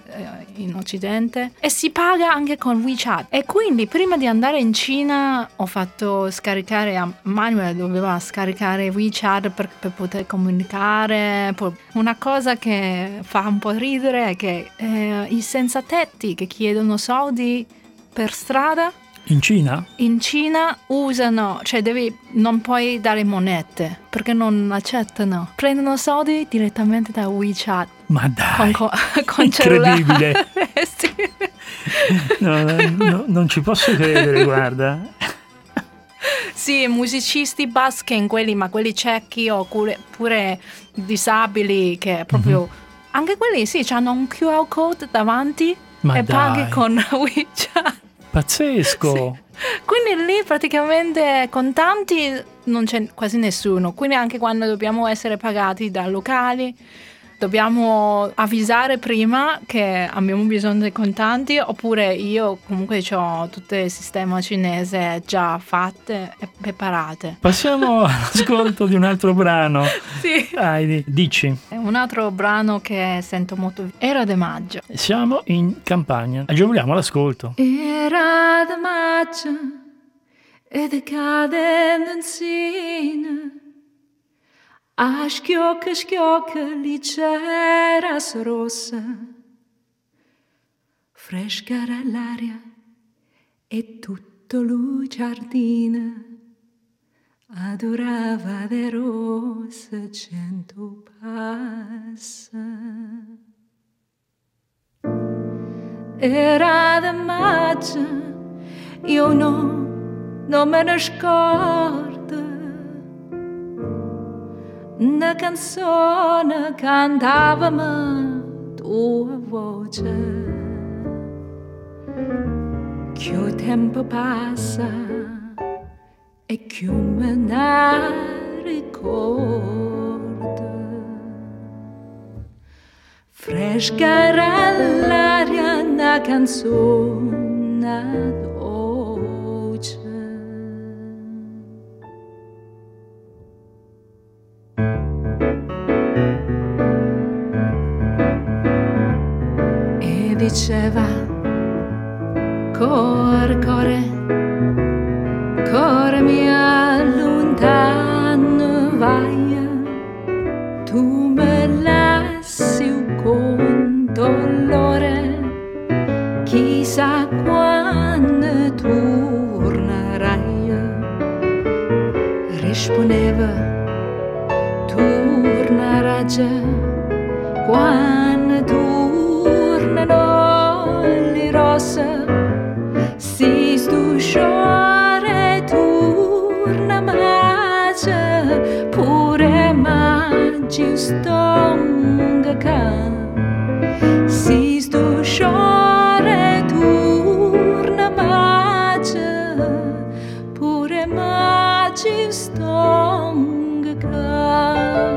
[SPEAKER 2] in Occidente, e si paga anche con WeChat. E quindi prima di andare in Cina ho fatto scaricare, a Manuel doveva scaricare WeChat per, per poter comunicare. Una cosa che fa un po' ridere è che eh, i senza tetti che chiedono soldi per strada
[SPEAKER 1] in Cina?
[SPEAKER 2] In Cina usano, cioè devi, non puoi dare monete perché non accettano. Prendono soldi direttamente da WeChat.
[SPEAKER 1] Ma dai,
[SPEAKER 2] con, con
[SPEAKER 1] incredibile.
[SPEAKER 2] eh, sì.
[SPEAKER 1] no, no, non ci posso credere, guarda.
[SPEAKER 2] Sì, musicisti baschi, quelli, ma quelli ciechi o pure, pure disabili che proprio... Mm-hmm. Anche quelli sì, hanno un Q R code davanti
[SPEAKER 1] ma
[SPEAKER 2] e
[SPEAKER 1] dai.
[SPEAKER 2] paghi con WeChat.
[SPEAKER 1] Pazzesco!
[SPEAKER 2] Sì. Quindi lì praticamente contanti non c'è quasi nessuno, quindi anche quando dobbiamo essere pagati da locali dobbiamo avvisare prima che abbiamo bisogno di contanti, oppure io comunque ho tutto il sistema cinese già fatte e preparate.
[SPEAKER 1] Passiamo all'ascolto di un altro brano.
[SPEAKER 2] Sì.
[SPEAKER 1] Dai, dici.
[SPEAKER 2] È un altro brano che sento molto. Era di maggio.
[SPEAKER 1] Siamo in campagna. Agevoliamo l'ascolto.
[SPEAKER 3] Era di maggio ed cade in a schiocca schiocca lì c'era rossa, fresca era l'aria e tutto il giardino adorava le rose cento passa. Era di maggio, io no, non me ne scordo. Una canzone cantavamo tua voce, che tempo passa e che me ne ricordo. Fresca era l'aria una canzone dolce. E diceva: core, core, core mia, lontano vai, tu me lasci con dolore, chissà quando tornerai. Rispondeva: tornerai già quando tornano le rose. Si stu sciore torna magia, pure magia stonga ca. Si stu sciore torna magia, pure magia stonga ca.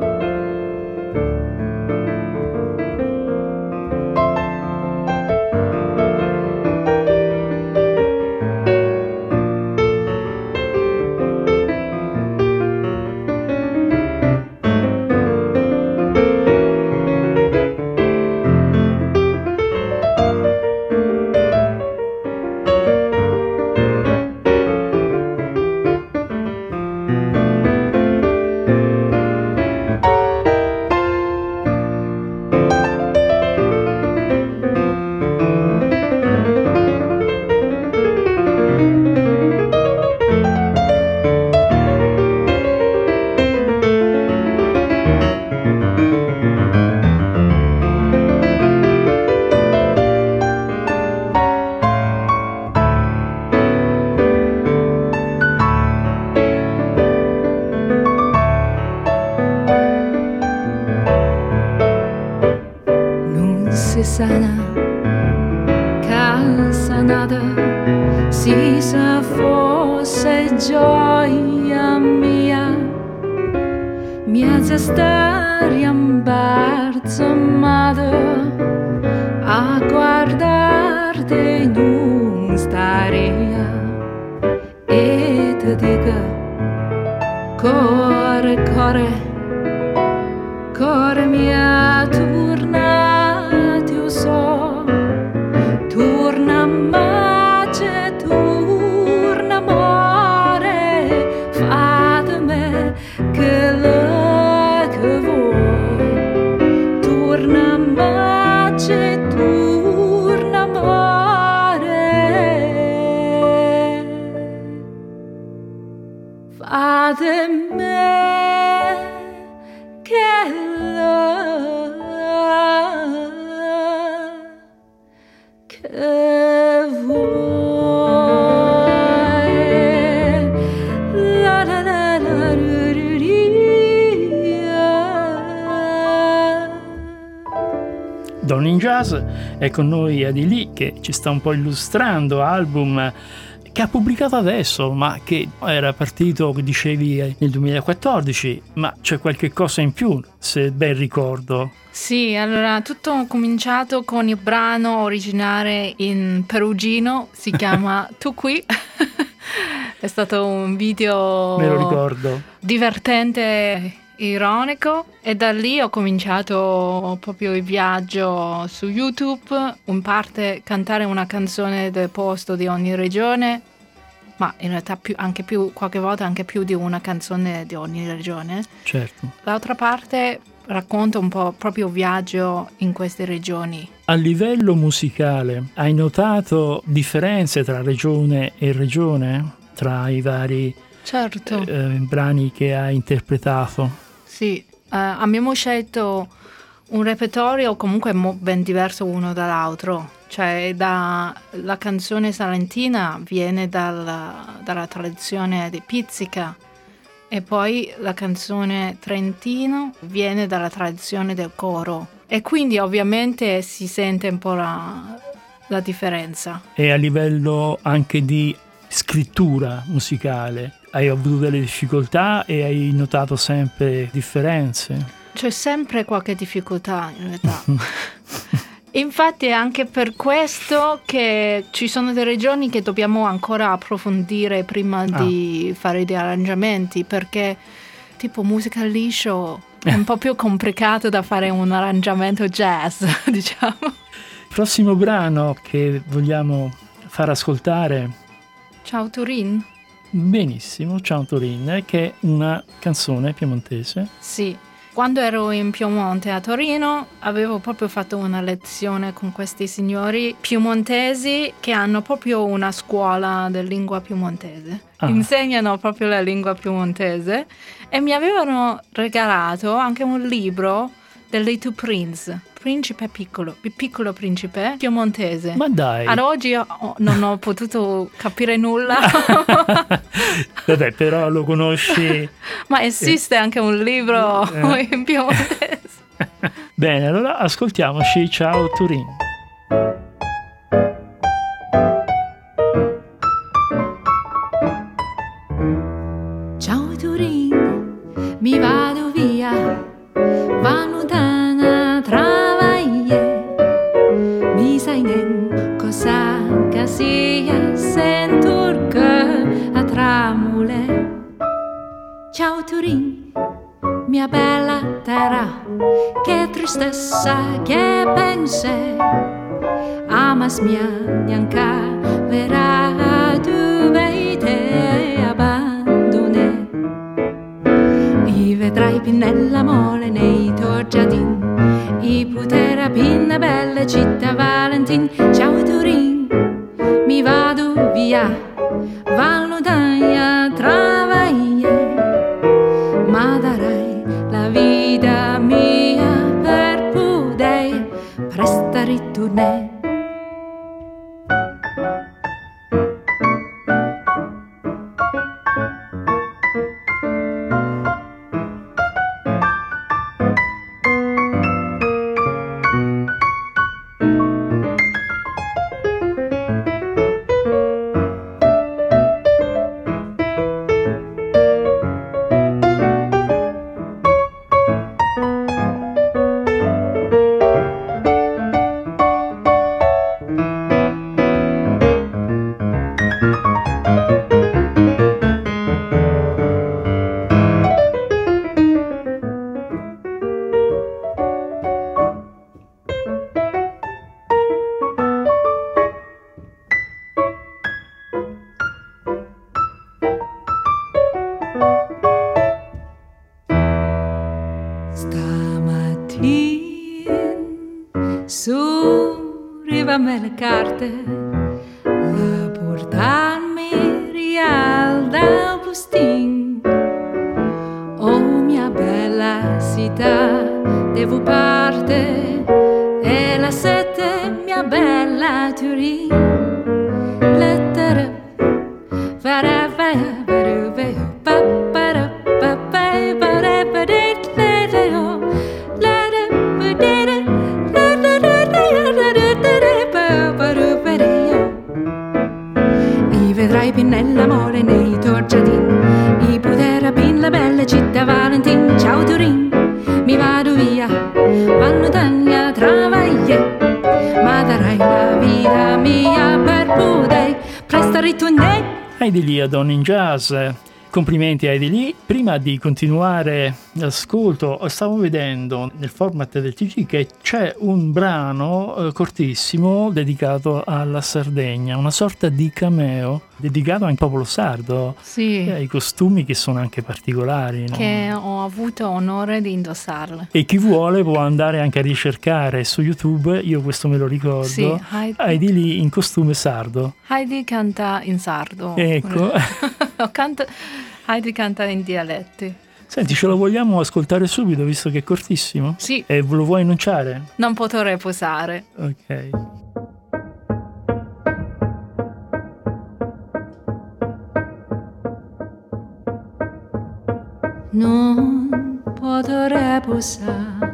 [SPEAKER 3] Sana, casanata, si sa fosse gioia mia, mia storia imbarzamata, a guardarti non staria, e ti dico, core, core, core mia, torna. So, torna magia, torna amore, fatemi quello che vuoi. Torna magia, torna amore, fatemi quello che vuoi. La la la la
[SPEAKER 1] Donne in Jazz è con noi Adili, che ci sta un po' illustrando album che ha pubblicato adesso, ma che era partito, dicevi, nel duemilaquattordici, ma c'è qualche cosa in più, se ben ricordo.
[SPEAKER 2] Sì, allora tutto è cominciato con il brano originale in perugino, si chiama Tu qui. È stato un video,
[SPEAKER 1] me lo ricordo,
[SPEAKER 2] divertente, ironico, e da lì ho cominciato proprio il viaggio su YouTube, in parte cantare una canzone del posto di ogni regione, ma in realtà più, anche più, qualche volta anche più di una canzone di ogni regione.
[SPEAKER 1] Certo.
[SPEAKER 2] L'altra parte racconta un po' proprio il viaggio in queste regioni.
[SPEAKER 1] A livello musicale, hai notato differenze tra regione e regione? Tra i vari
[SPEAKER 2] certo.
[SPEAKER 1] eh, brani che hai interpretato?
[SPEAKER 2] Sì, uh, abbiamo scelto un repertorio comunque mo- ben diverso uno dall'altro. Cioè da, la canzone salentina viene dalla, dalla tradizione di pizzica, e poi la canzone trentino viene dalla tradizione del coro, e quindi ovviamente si sente un po' la, la differenza.
[SPEAKER 1] E a livello anche di scrittura musicale hai avuto delle difficoltà e hai notato sempre differenze?
[SPEAKER 2] C'è sempre qualche difficoltà in realtà. Infatti è anche per questo che ci sono delle regioni che dobbiamo ancora approfondire prima ah. di fare gli arrangiamenti, perché tipo musica liscio è un po' più complicato da fare un arrangiamento jazz, diciamo.
[SPEAKER 1] Il prossimo brano che vogliamo far ascoltare,
[SPEAKER 2] Ciao Turin.
[SPEAKER 1] Benissimo, Ciao Turin, che è una canzone piemontese.
[SPEAKER 2] Sì. Quando ero in Piemonte a Torino avevo proprio fatto una lezione con questi signori piemontesi che hanno proprio una scuola di lingua piemontese. Ah. Insegnano proprio la lingua piemontese e mi avevano regalato anche un libro del Little Prince, Principe piccolo, il piccolo principe piemontese.
[SPEAKER 1] Ma dai!
[SPEAKER 2] Ad oggi io non ho potuto capire nulla.
[SPEAKER 1] Vabbè, però lo conosci.
[SPEAKER 2] Ma esiste eh. anche un libro eh. in piemontese.
[SPEAKER 1] Bene, allora ascoltiamoci Ciao Turin.
[SPEAKER 3] Ciao Turin, mi vado via. Vanno dana travaie, mi sai nen cosa che sia sentur che a tramule. Ciao Turin, mia bella terra, che tristezza che pense, amas mia neanca verrà tu vede abbandone. I vedrai pinnella mole nei tuoi giardini, i putera pinna belle città Valentin. Ciao Turin, mi vado via, vanno daglia travaie, ma darai la vita mia per poter presto ritornare. Surrivame le carte, la portarmi real da bustin. Oh mia bella città, devo parte, e la sette mia bella Turin. Lettere, vara vara vara vara papara papai vara vara lettere, lettere I vedrai pinnella mole nei tuoi giardini, i poter pin la bella città Valentin. Ciao Turin, mi vado via, vanno taglia travaglie, ma darai la vita mia per poter presto ritornare.
[SPEAKER 1] Heidi Lee a Donne in Jazz. Complimenti a Heidi Lee. Prima di continuare l'ascolto, stavo vedendo nel format del T G che c'è un brano eh, cortissimo dedicato alla Sardegna, una sorta di cameo dedicato al popolo sardo.
[SPEAKER 2] Sì.
[SPEAKER 1] E ai costumi che sono anche particolari, no?
[SPEAKER 2] Che ho avuto onore di indossarle.
[SPEAKER 1] E chi vuole può andare anche a ricercare su YouTube, io questo me lo ricordo, sì, Heidi, Heidi Lee in costume sardo.
[SPEAKER 2] Heidi canta in sardo.
[SPEAKER 1] Ecco.
[SPEAKER 2] canta, Heidi canta in dialetti.
[SPEAKER 1] Senti, ce lo vogliamo ascoltare subito visto che è cortissimo?
[SPEAKER 2] Sì.
[SPEAKER 1] E lo vuoi annunciare?
[SPEAKER 2] Non potrei posare.
[SPEAKER 1] Ok.
[SPEAKER 3] Non potrei posare,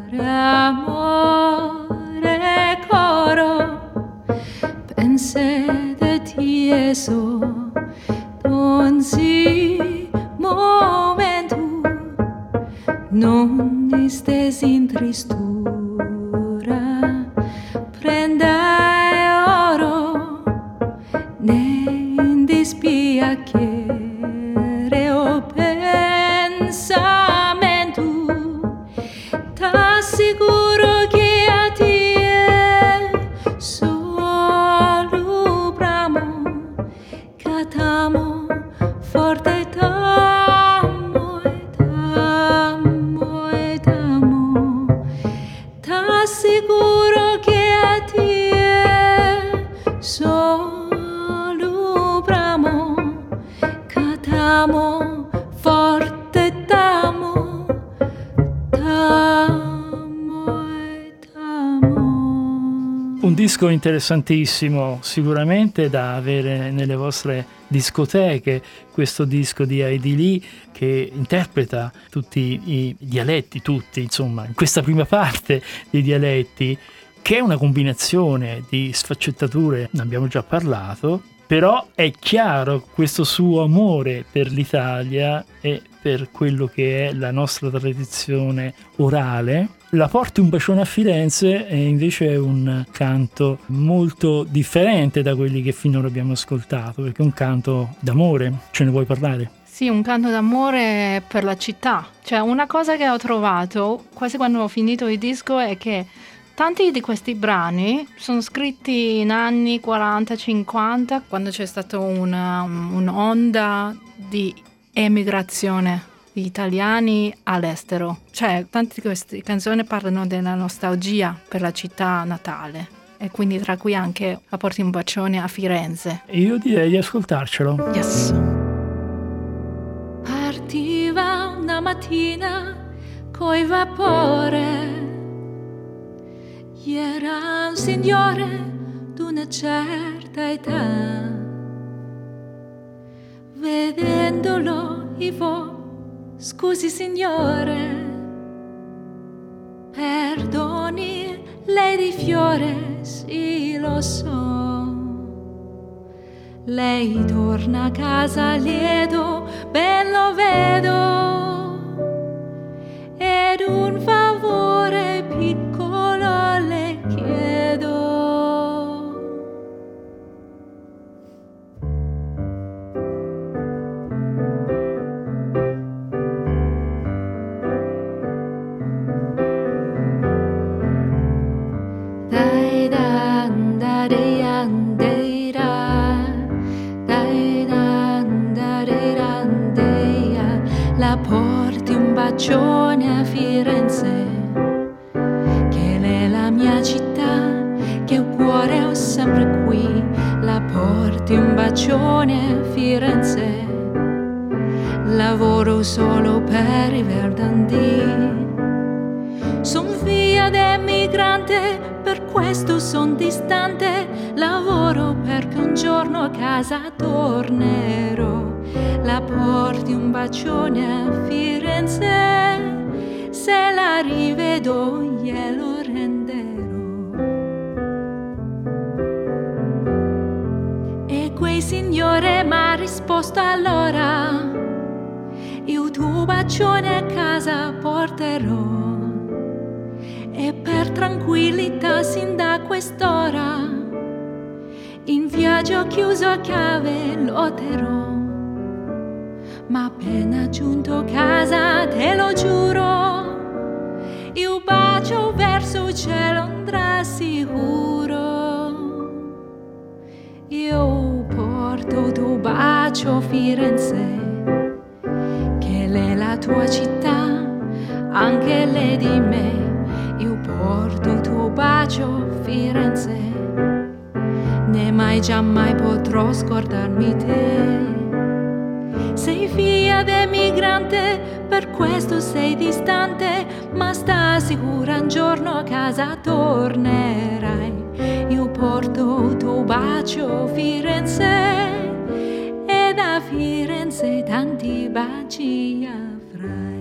[SPEAKER 3] amore coro, pensate tieso, non si momento, non stesi in tristura, forte t'amo e t'amo e t'amo, t'assicuro che a te solo bramo, che t'amo forte t'amo, t'amo e t'amo.
[SPEAKER 1] Un disco interessantissimo, sicuramente da avere nelle vostre discoteche, questo disco di Heidi Lee che interpreta tutti i dialetti, tutti, insomma, in questa prima parte dei dialetti, che è una combinazione di sfaccettature, ne abbiamo già parlato, però è chiaro questo suo amore per l'Italia e per quello che è la nostra tradizione orale. La Porti un bacione a Firenze è invece un canto molto differente da quelli che finora abbiamo ascoltato, perché è un canto d'amore. Ce ne vuoi parlare?
[SPEAKER 2] Sì, un canto d'amore per la città. Cioè, una cosa che ho trovato quasi quando ho finito il disco è che tanti di questi brani sono scritti in anni quaranta cinquanta, quando c'è stata una, un'onda di emigrazione di italiani all'estero. Cioè, tante di queste canzoni parlano della nostalgia per la città natale. E quindi tra cui anche La Porti un bacione a Firenze.
[SPEAKER 1] Io direi di ascoltarcelo.
[SPEAKER 2] Yes.
[SPEAKER 3] Partiva una mattina coi vapore, era un signore d'una certa età. Vedendolo io, scusi signore, perdoni lei di fiore, sì lo so. Lei torna a casa lieto, ben lo vedo, ed un favore piccolo le chiedo. Dai dan da dan dai da, dai dan da dan dai. La porti un bacione a Firenze, che è la mia città, che il cuore ho sempre qui. La porti un bacione a Firenze, lavoro solo per i verdandi. Son figlia d'emigrante, per questo son distante. Lavoro perché un giorno a casa tornerò. La porti un bacione a Firenze, se la rivedo glielo renderò. E quel signore m'ha risposto allora, io tuo bacione a casa porterò. E per tranquillità sin da quest'ora, in viaggio chiuso a chiave lotterò. Ma appena giunto a casa, te lo giuro, io bacio verso il cielo andrà sicuro. Io porto il tuo bacio Firenze, che è la tua città, anche lei di me. Io porto il tuo bacio Firenze, né mai giammai potrò scordarmi te. Sei figlia d'emigrante, per questo sei distante, ma sta sicura un giorno a casa tornerai. Io porto il tuo bacio Firenze, e da Firenze tanti baci avrai.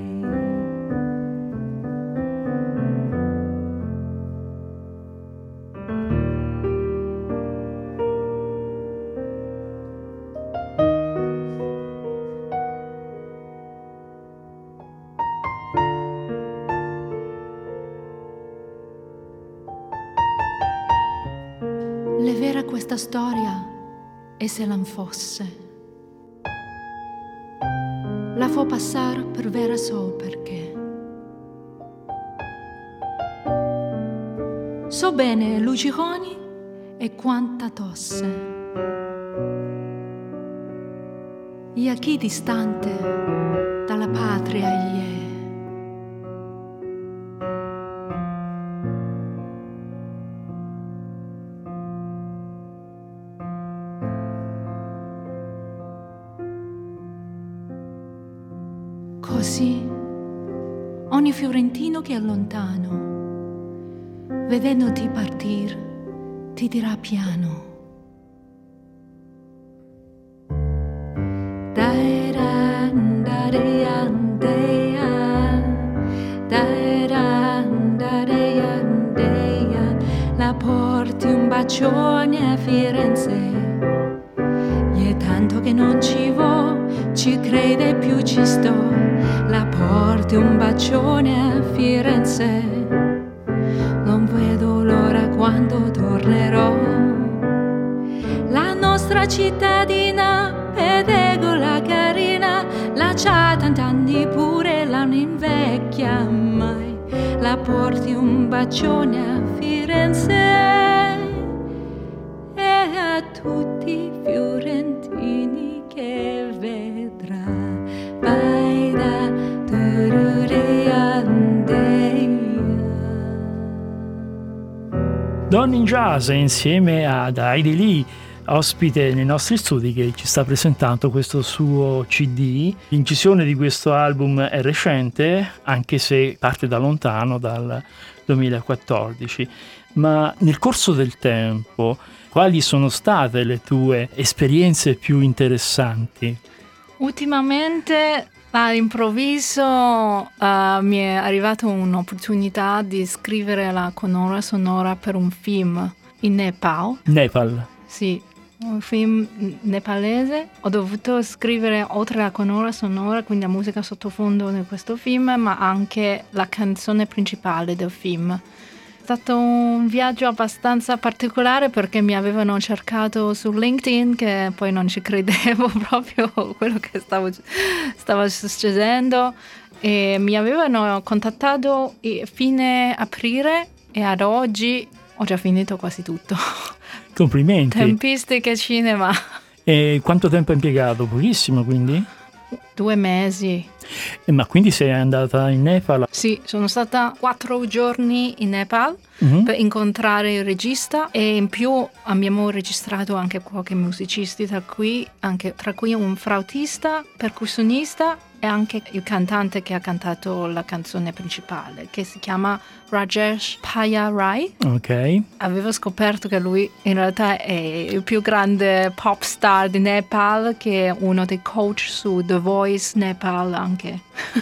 [SPEAKER 3] Le vera questa storia, e se non fosse, la fo passare per vera solo perché so bene luciconi e quanta tosse. e a chi distante dalla patria è. Così ogni fiorentino che è lontano, vedendoti partir, ti dirà piano: la porti un bacione a Firenze, e tanto che non ci vo, ci crede più ci sto. La porti un bacione a Firenze, non vedo l'ora quando tornerò. La nostra cittadina, pedegola carina, la c'ha tant'anni pure, la non invecchia mai. La porti un bacione a Firenze e a tutti i fiorentini che vedrà. Vai da
[SPEAKER 1] Donne in Jazz insieme ad Heidi Lee, ospite nei nostri studi, che ci sta presentando questo suo C D. L'incisione di questo album è recente, anche se parte da lontano, dal duemilaquattordici. Ma nel corso del tempo, quali sono state le tue esperienze più interessanti?
[SPEAKER 2] Ultimamente, all'improvviso, uh, mi è arrivata un'opportunità di scrivere la colonna sonora per un film in Nepal.
[SPEAKER 1] Nepal?
[SPEAKER 2] Sì, un film nepalese. Ho dovuto scrivere, oltre alla colonna sonora, quindi la musica sottofondo di questo film, ma anche la canzone principale del film. È stato un viaggio abbastanza particolare perché mi avevano cercato su LinkedIn, che poi non ci credevo proprio quello che stavo, stava succedendo, e mi avevano contattato a fine aprile e ad oggi ho già finito quasi tutto.
[SPEAKER 1] Complimenti.
[SPEAKER 2] Tempistiche cinema.
[SPEAKER 1] E quanto tempo hai impiegato? Pochissimo, quindi?
[SPEAKER 2] Due mesi.
[SPEAKER 1] Eh, ma quindi sei andata in Nepal?
[SPEAKER 2] Sì, sono stata quattro giorni in Nepal
[SPEAKER 1] mm-hmm.
[SPEAKER 2] per incontrare il regista, e in più abbiamo registrato anche qualche musicisti, tra cui, anche, tra cui un flautista, percussionista e anche il cantante che ha cantato la canzone principale, che si chiama Rajesh Payarai.
[SPEAKER 1] Ok.
[SPEAKER 2] Avevo scoperto che lui in realtà è il più grande pop star di Nepal, che è uno dei coach su The Voice Nepal anche.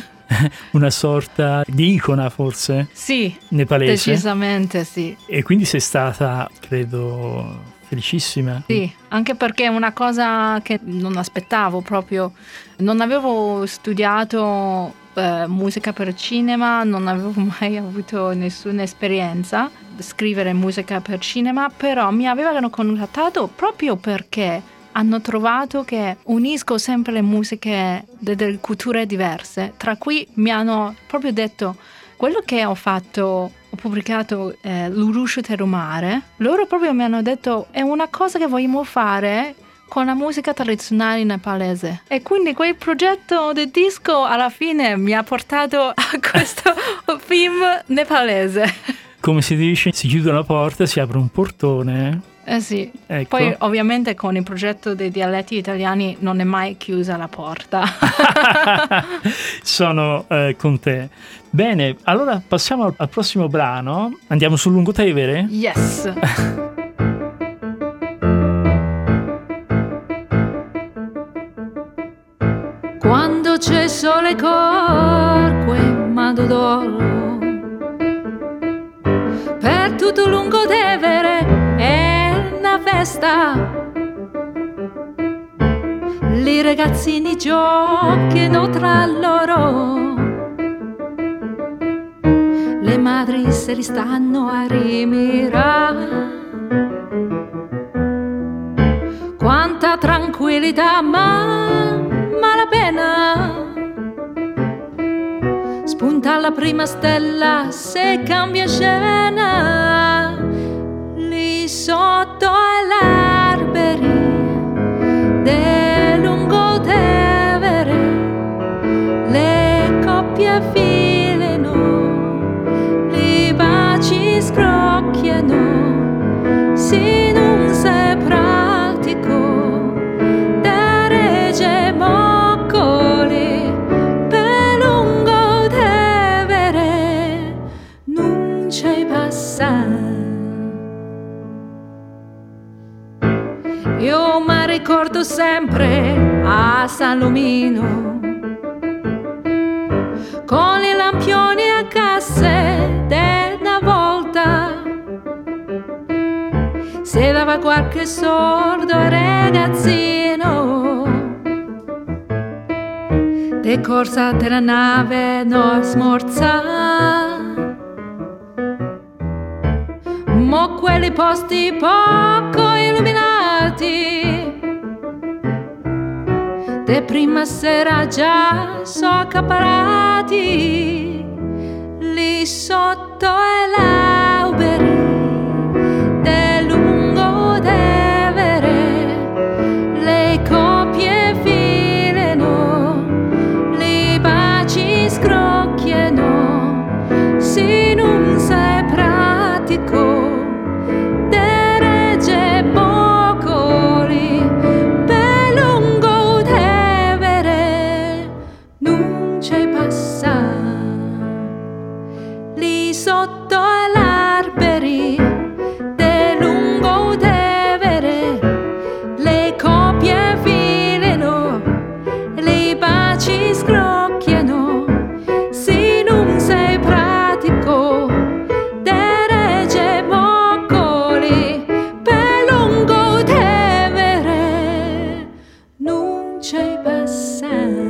[SPEAKER 1] Una sorta di icona, forse?
[SPEAKER 2] Sì,
[SPEAKER 1] nepalese?
[SPEAKER 2] Decisamente sì.
[SPEAKER 1] E quindi sei stata, credo, felicissima?
[SPEAKER 2] Sì, anche perché è una cosa che non aspettavo proprio. Non avevo studiato eh, musica per cinema, non avevo mai avuto nessuna esperienza di scrivere musica per cinema, però mi avevano contattato proprio perché hanno trovato che unisco sempre le musiche delle culture diverse, tra cui mi hanno proprio detto: quello che ho fatto, ho pubblicato eh, L'Urushu Terumare, loro proprio mi hanno detto è una cosa che vogliamo fare con la musica tradizionale nepalese. E quindi quel progetto del disco alla fine mi ha portato a questo film nepalese.
[SPEAKER 1] Come si dice, si chiude una porta, si apre un portone.
[SPEAKER 2] Eh sì,
[SPEAKER 1] ecco.
[SPEAKER 2] Poi ovviamente con il progetto dei dialetti italiani non è mai chiusa la porta.
[SPEAKER 1] Sono eh, con te. Bene, allora passiamo al, al prossimo brano. Andiamo sul Lungotevere?
[SPEAKER 2] Yes!
[SPEAKER 3] Quando c'è sole corque mando d'oro per tutto Lungotevere è una festa. I ragazzini giocano tra loro, le madri se li stanno a rimirare. Quanta tranquillità, ma malapena spunta la prima stella se cambia scena. Lì sotto agli alberi del Lungotevere filano, le baci scrocchiano, se non sei pratico, da regge moccoli, per lungo devere, non c'è passare. Io mi ricordo sempre a San Lumino, con i lampioni a casse della volta, se dava qualche sordo ragazzino, de corsa della nave non smorza. Mo quelli posti poco illuminati, de prima sera già so accaparati, lì sotto è l'alberi del lungo devere, le coppie filano, le baci scrocchiano, se non sei pratico, sotto all'alberi del lungo devere, le coppie filano, le baci scrocchiano, se non sei pratico, de regge moccoli, per lungo devere, non c'è passare.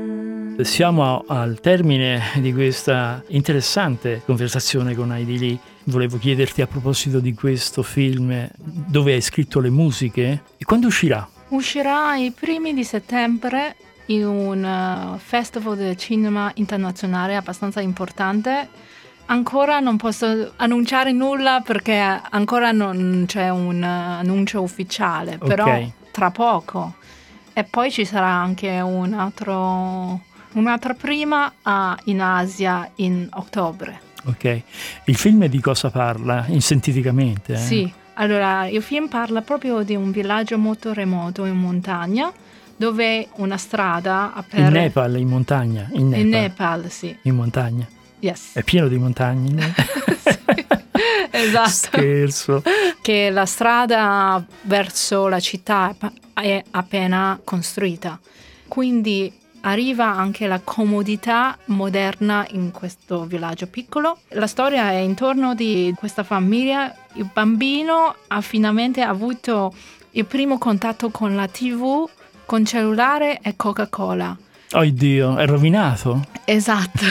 [SPEAKER 1] Siamo al termine di questa interessante conversazione con Heidi Lee. Volevo chiederti a proposito di questo film dove hai scritto le musiche e quando uscirà?
[SPEAKER 2] Uscirà i primi di settembre in un uh, festival del cinema internazionale abbastanza importante. Ancora non posso annunciare nulla perché ancora non c'è un uh, annuncio ufficiale, però
[SPEAKER 1] okay.
[SPEAKER 2] Tra poco. E poi ci sarà anche un altro... Un'altra prima uh, in Asia in ottobre.
[SPEAKER 1] Ok. Il film di cosa parla? Sinteticamente? Eh?
[SPEAKER 2] Sì, allora il film parla proprio di un villaggio molto remoto in montagna dove una strada aperta...
[SPEAKER 1] In Nepal, in montagna? In Nepal,
[SPEAKER 2] in Nepal sì.
[SPEAKER 1] In montagna?
[SPEAKER 2] Yes.
[SPEAKER 1] È pieno di montagne? No?
[SPEAKER 2] Sì, esatto.
[SPEAKER 1] Scherzo.
[SPEAKER 2] Che la strada verso la città è appena costruita. Quindi... arriva anche la comodità moderna in questo villaggio piccolo. La storia è intorno di questa famiglia. Il bambino ha finalmente avuto il primo contatto con la tivù, con cellulare e Coca-Cola.
[SPEAKER 1] Oh Dio, è rovinato?
[SPEAKER 2] Esatto.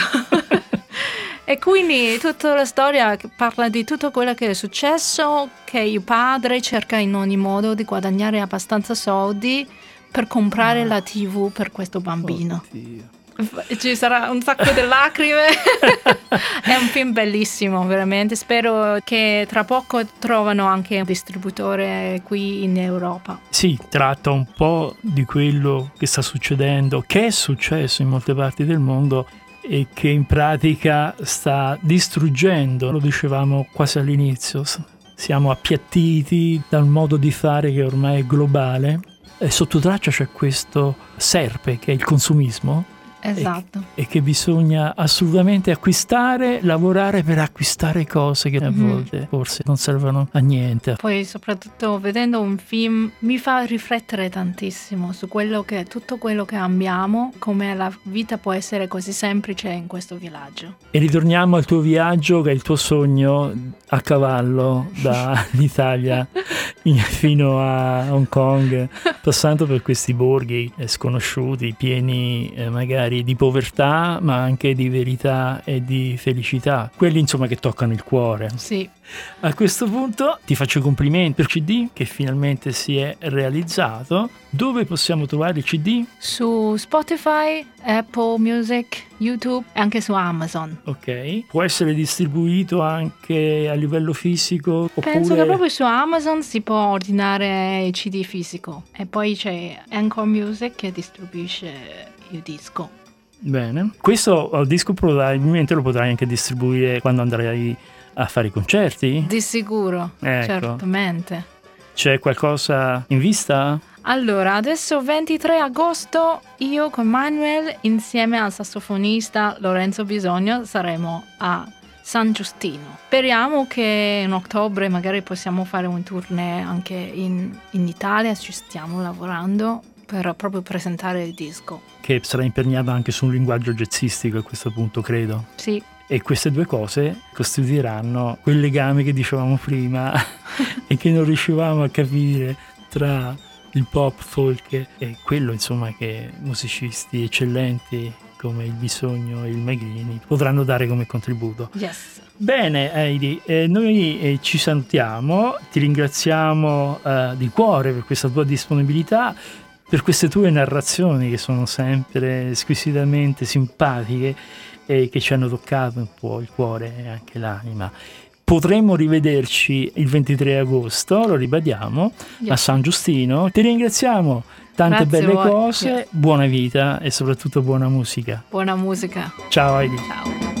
[SPEAKER 2] E quindi tutta la storia parla di tutto quello che è successo, che il padre cerca in ogni modo di guadagnare abbastanza soldi per comprare ah. la tivù per questo bambino. Oddio. Ci sarà un sacco di lacrime. È un film bellissimo, veramente. Spero che tra poco trovano anche un distributore qui in Europa.
[SPEAKER 1] Sì, tratta un po' di quello che sta succedendo, che è successo in molte parti del mondo e che in pratica sta distruggendo, lo dicevamo quasi all'inizio, siamo appiattiti dal modo di fare che ormai è globale. E sotto traccia c'è questo serpe che è il consumismo.
[SPEAKER 2] Esatto.
[SPEAKER 1] E, e che bisogna assolutamente acquistare, lavorare per acquistare cose che a volte mm-hmm. forse non servono a niente.
[SPEAKER 2] Poi soprattutto vedendo un film mi fa riflettere tantissimo su quello che tutto quello che abbiamo, come la vita può essere così semplice in questo villaggio.
[SPEAKER 1] E ritorniamo al tuo viaggio, che è il tuo sogno a cavallo dall'Italia fino a Hong Kong, passando per questi borghi sconosciuti, pieni eh, magari di povertà, ma anche di verità e di felicità, quelli insomma che toccano il cuore.
[SPEAKER 2] Sì.
[SPEAKER 1] A questo punto ti faccio i complimenti per il C D che finalmente si è realizzato. Dove possiamo trovare il C D?
[SPEAKER 2] Su Spotify, Apple Music, YouTube e anche su Amazon.
[SPEAKER 1] Ok. Può essere distribuito anche a livello fisico? Oppure...
[SPEAKER 2] Penso che proprio su Amazon si può ordinare il C D fisico e poi c'è Encore Music che distribuisce il disco.
[SPEAKER 1] Bene. Questo uh, disco probabilmente lo potrai anche distribuire quando andrai a fare i concerti?
[SPEAKER 2] Di sicuro,
[SPEAKER 1] ecco.
[SPEAKER 2] Certamente.
[SPEAKER 1] C'è qualcosa in vista?
[SPEAKER 2] Allora, adesso ventitré agosto io con Manuel insieme al sassofonista Lorenzo Bisogno saremo a San Giustino. Speriamo che in ottobre magari possiamo fare un tournée anche in, in Italia, ci stiamo lavorando per proprio presentare il disco.
[SPEAKER 1] Che sarà imperniato anche su un linguaggio jazzistico a questo punto, credo.
[SPEAKER 2] Sì.
[SPEAKER 1] E queste due cose costituiranno quel legame che dicevamo prima e che non riuscivamo a capire tra il pop, folk e quello, insomma, che musicisti eccellenti come il Bisogno e il Maglini potranno dare come contributo.
[SPEAKER 2] Yes.
[SPEAKER 1] Bene Heidi, eh, noi eh, ci salutiamo, ti ringraziamo eh, di cuore per questa tua disponibilità, per queste tue narrazioni che sono sempre squisitamente simpatiche e che ci hanno toccato un po' il cuore e anche l'anima. Potremmo rivederci il ventitré agosto, lo ribadiamo, yes. a San Giustino. Ti ringraziamo, tante
[SPEAKER 2] Grazie
[SPEAKER 1] belle
[SPEAKER 2] voi.
[SPEAKER 1] cose,
[SPEAKER 2] Yes.
[SPEAKER 1] buona vita e soprattutto buona musica.
[SPEAKER 2] Buona musica.
[SPEAKER 1] Ciao Heidi.
[SPEAKER 2] Ciao.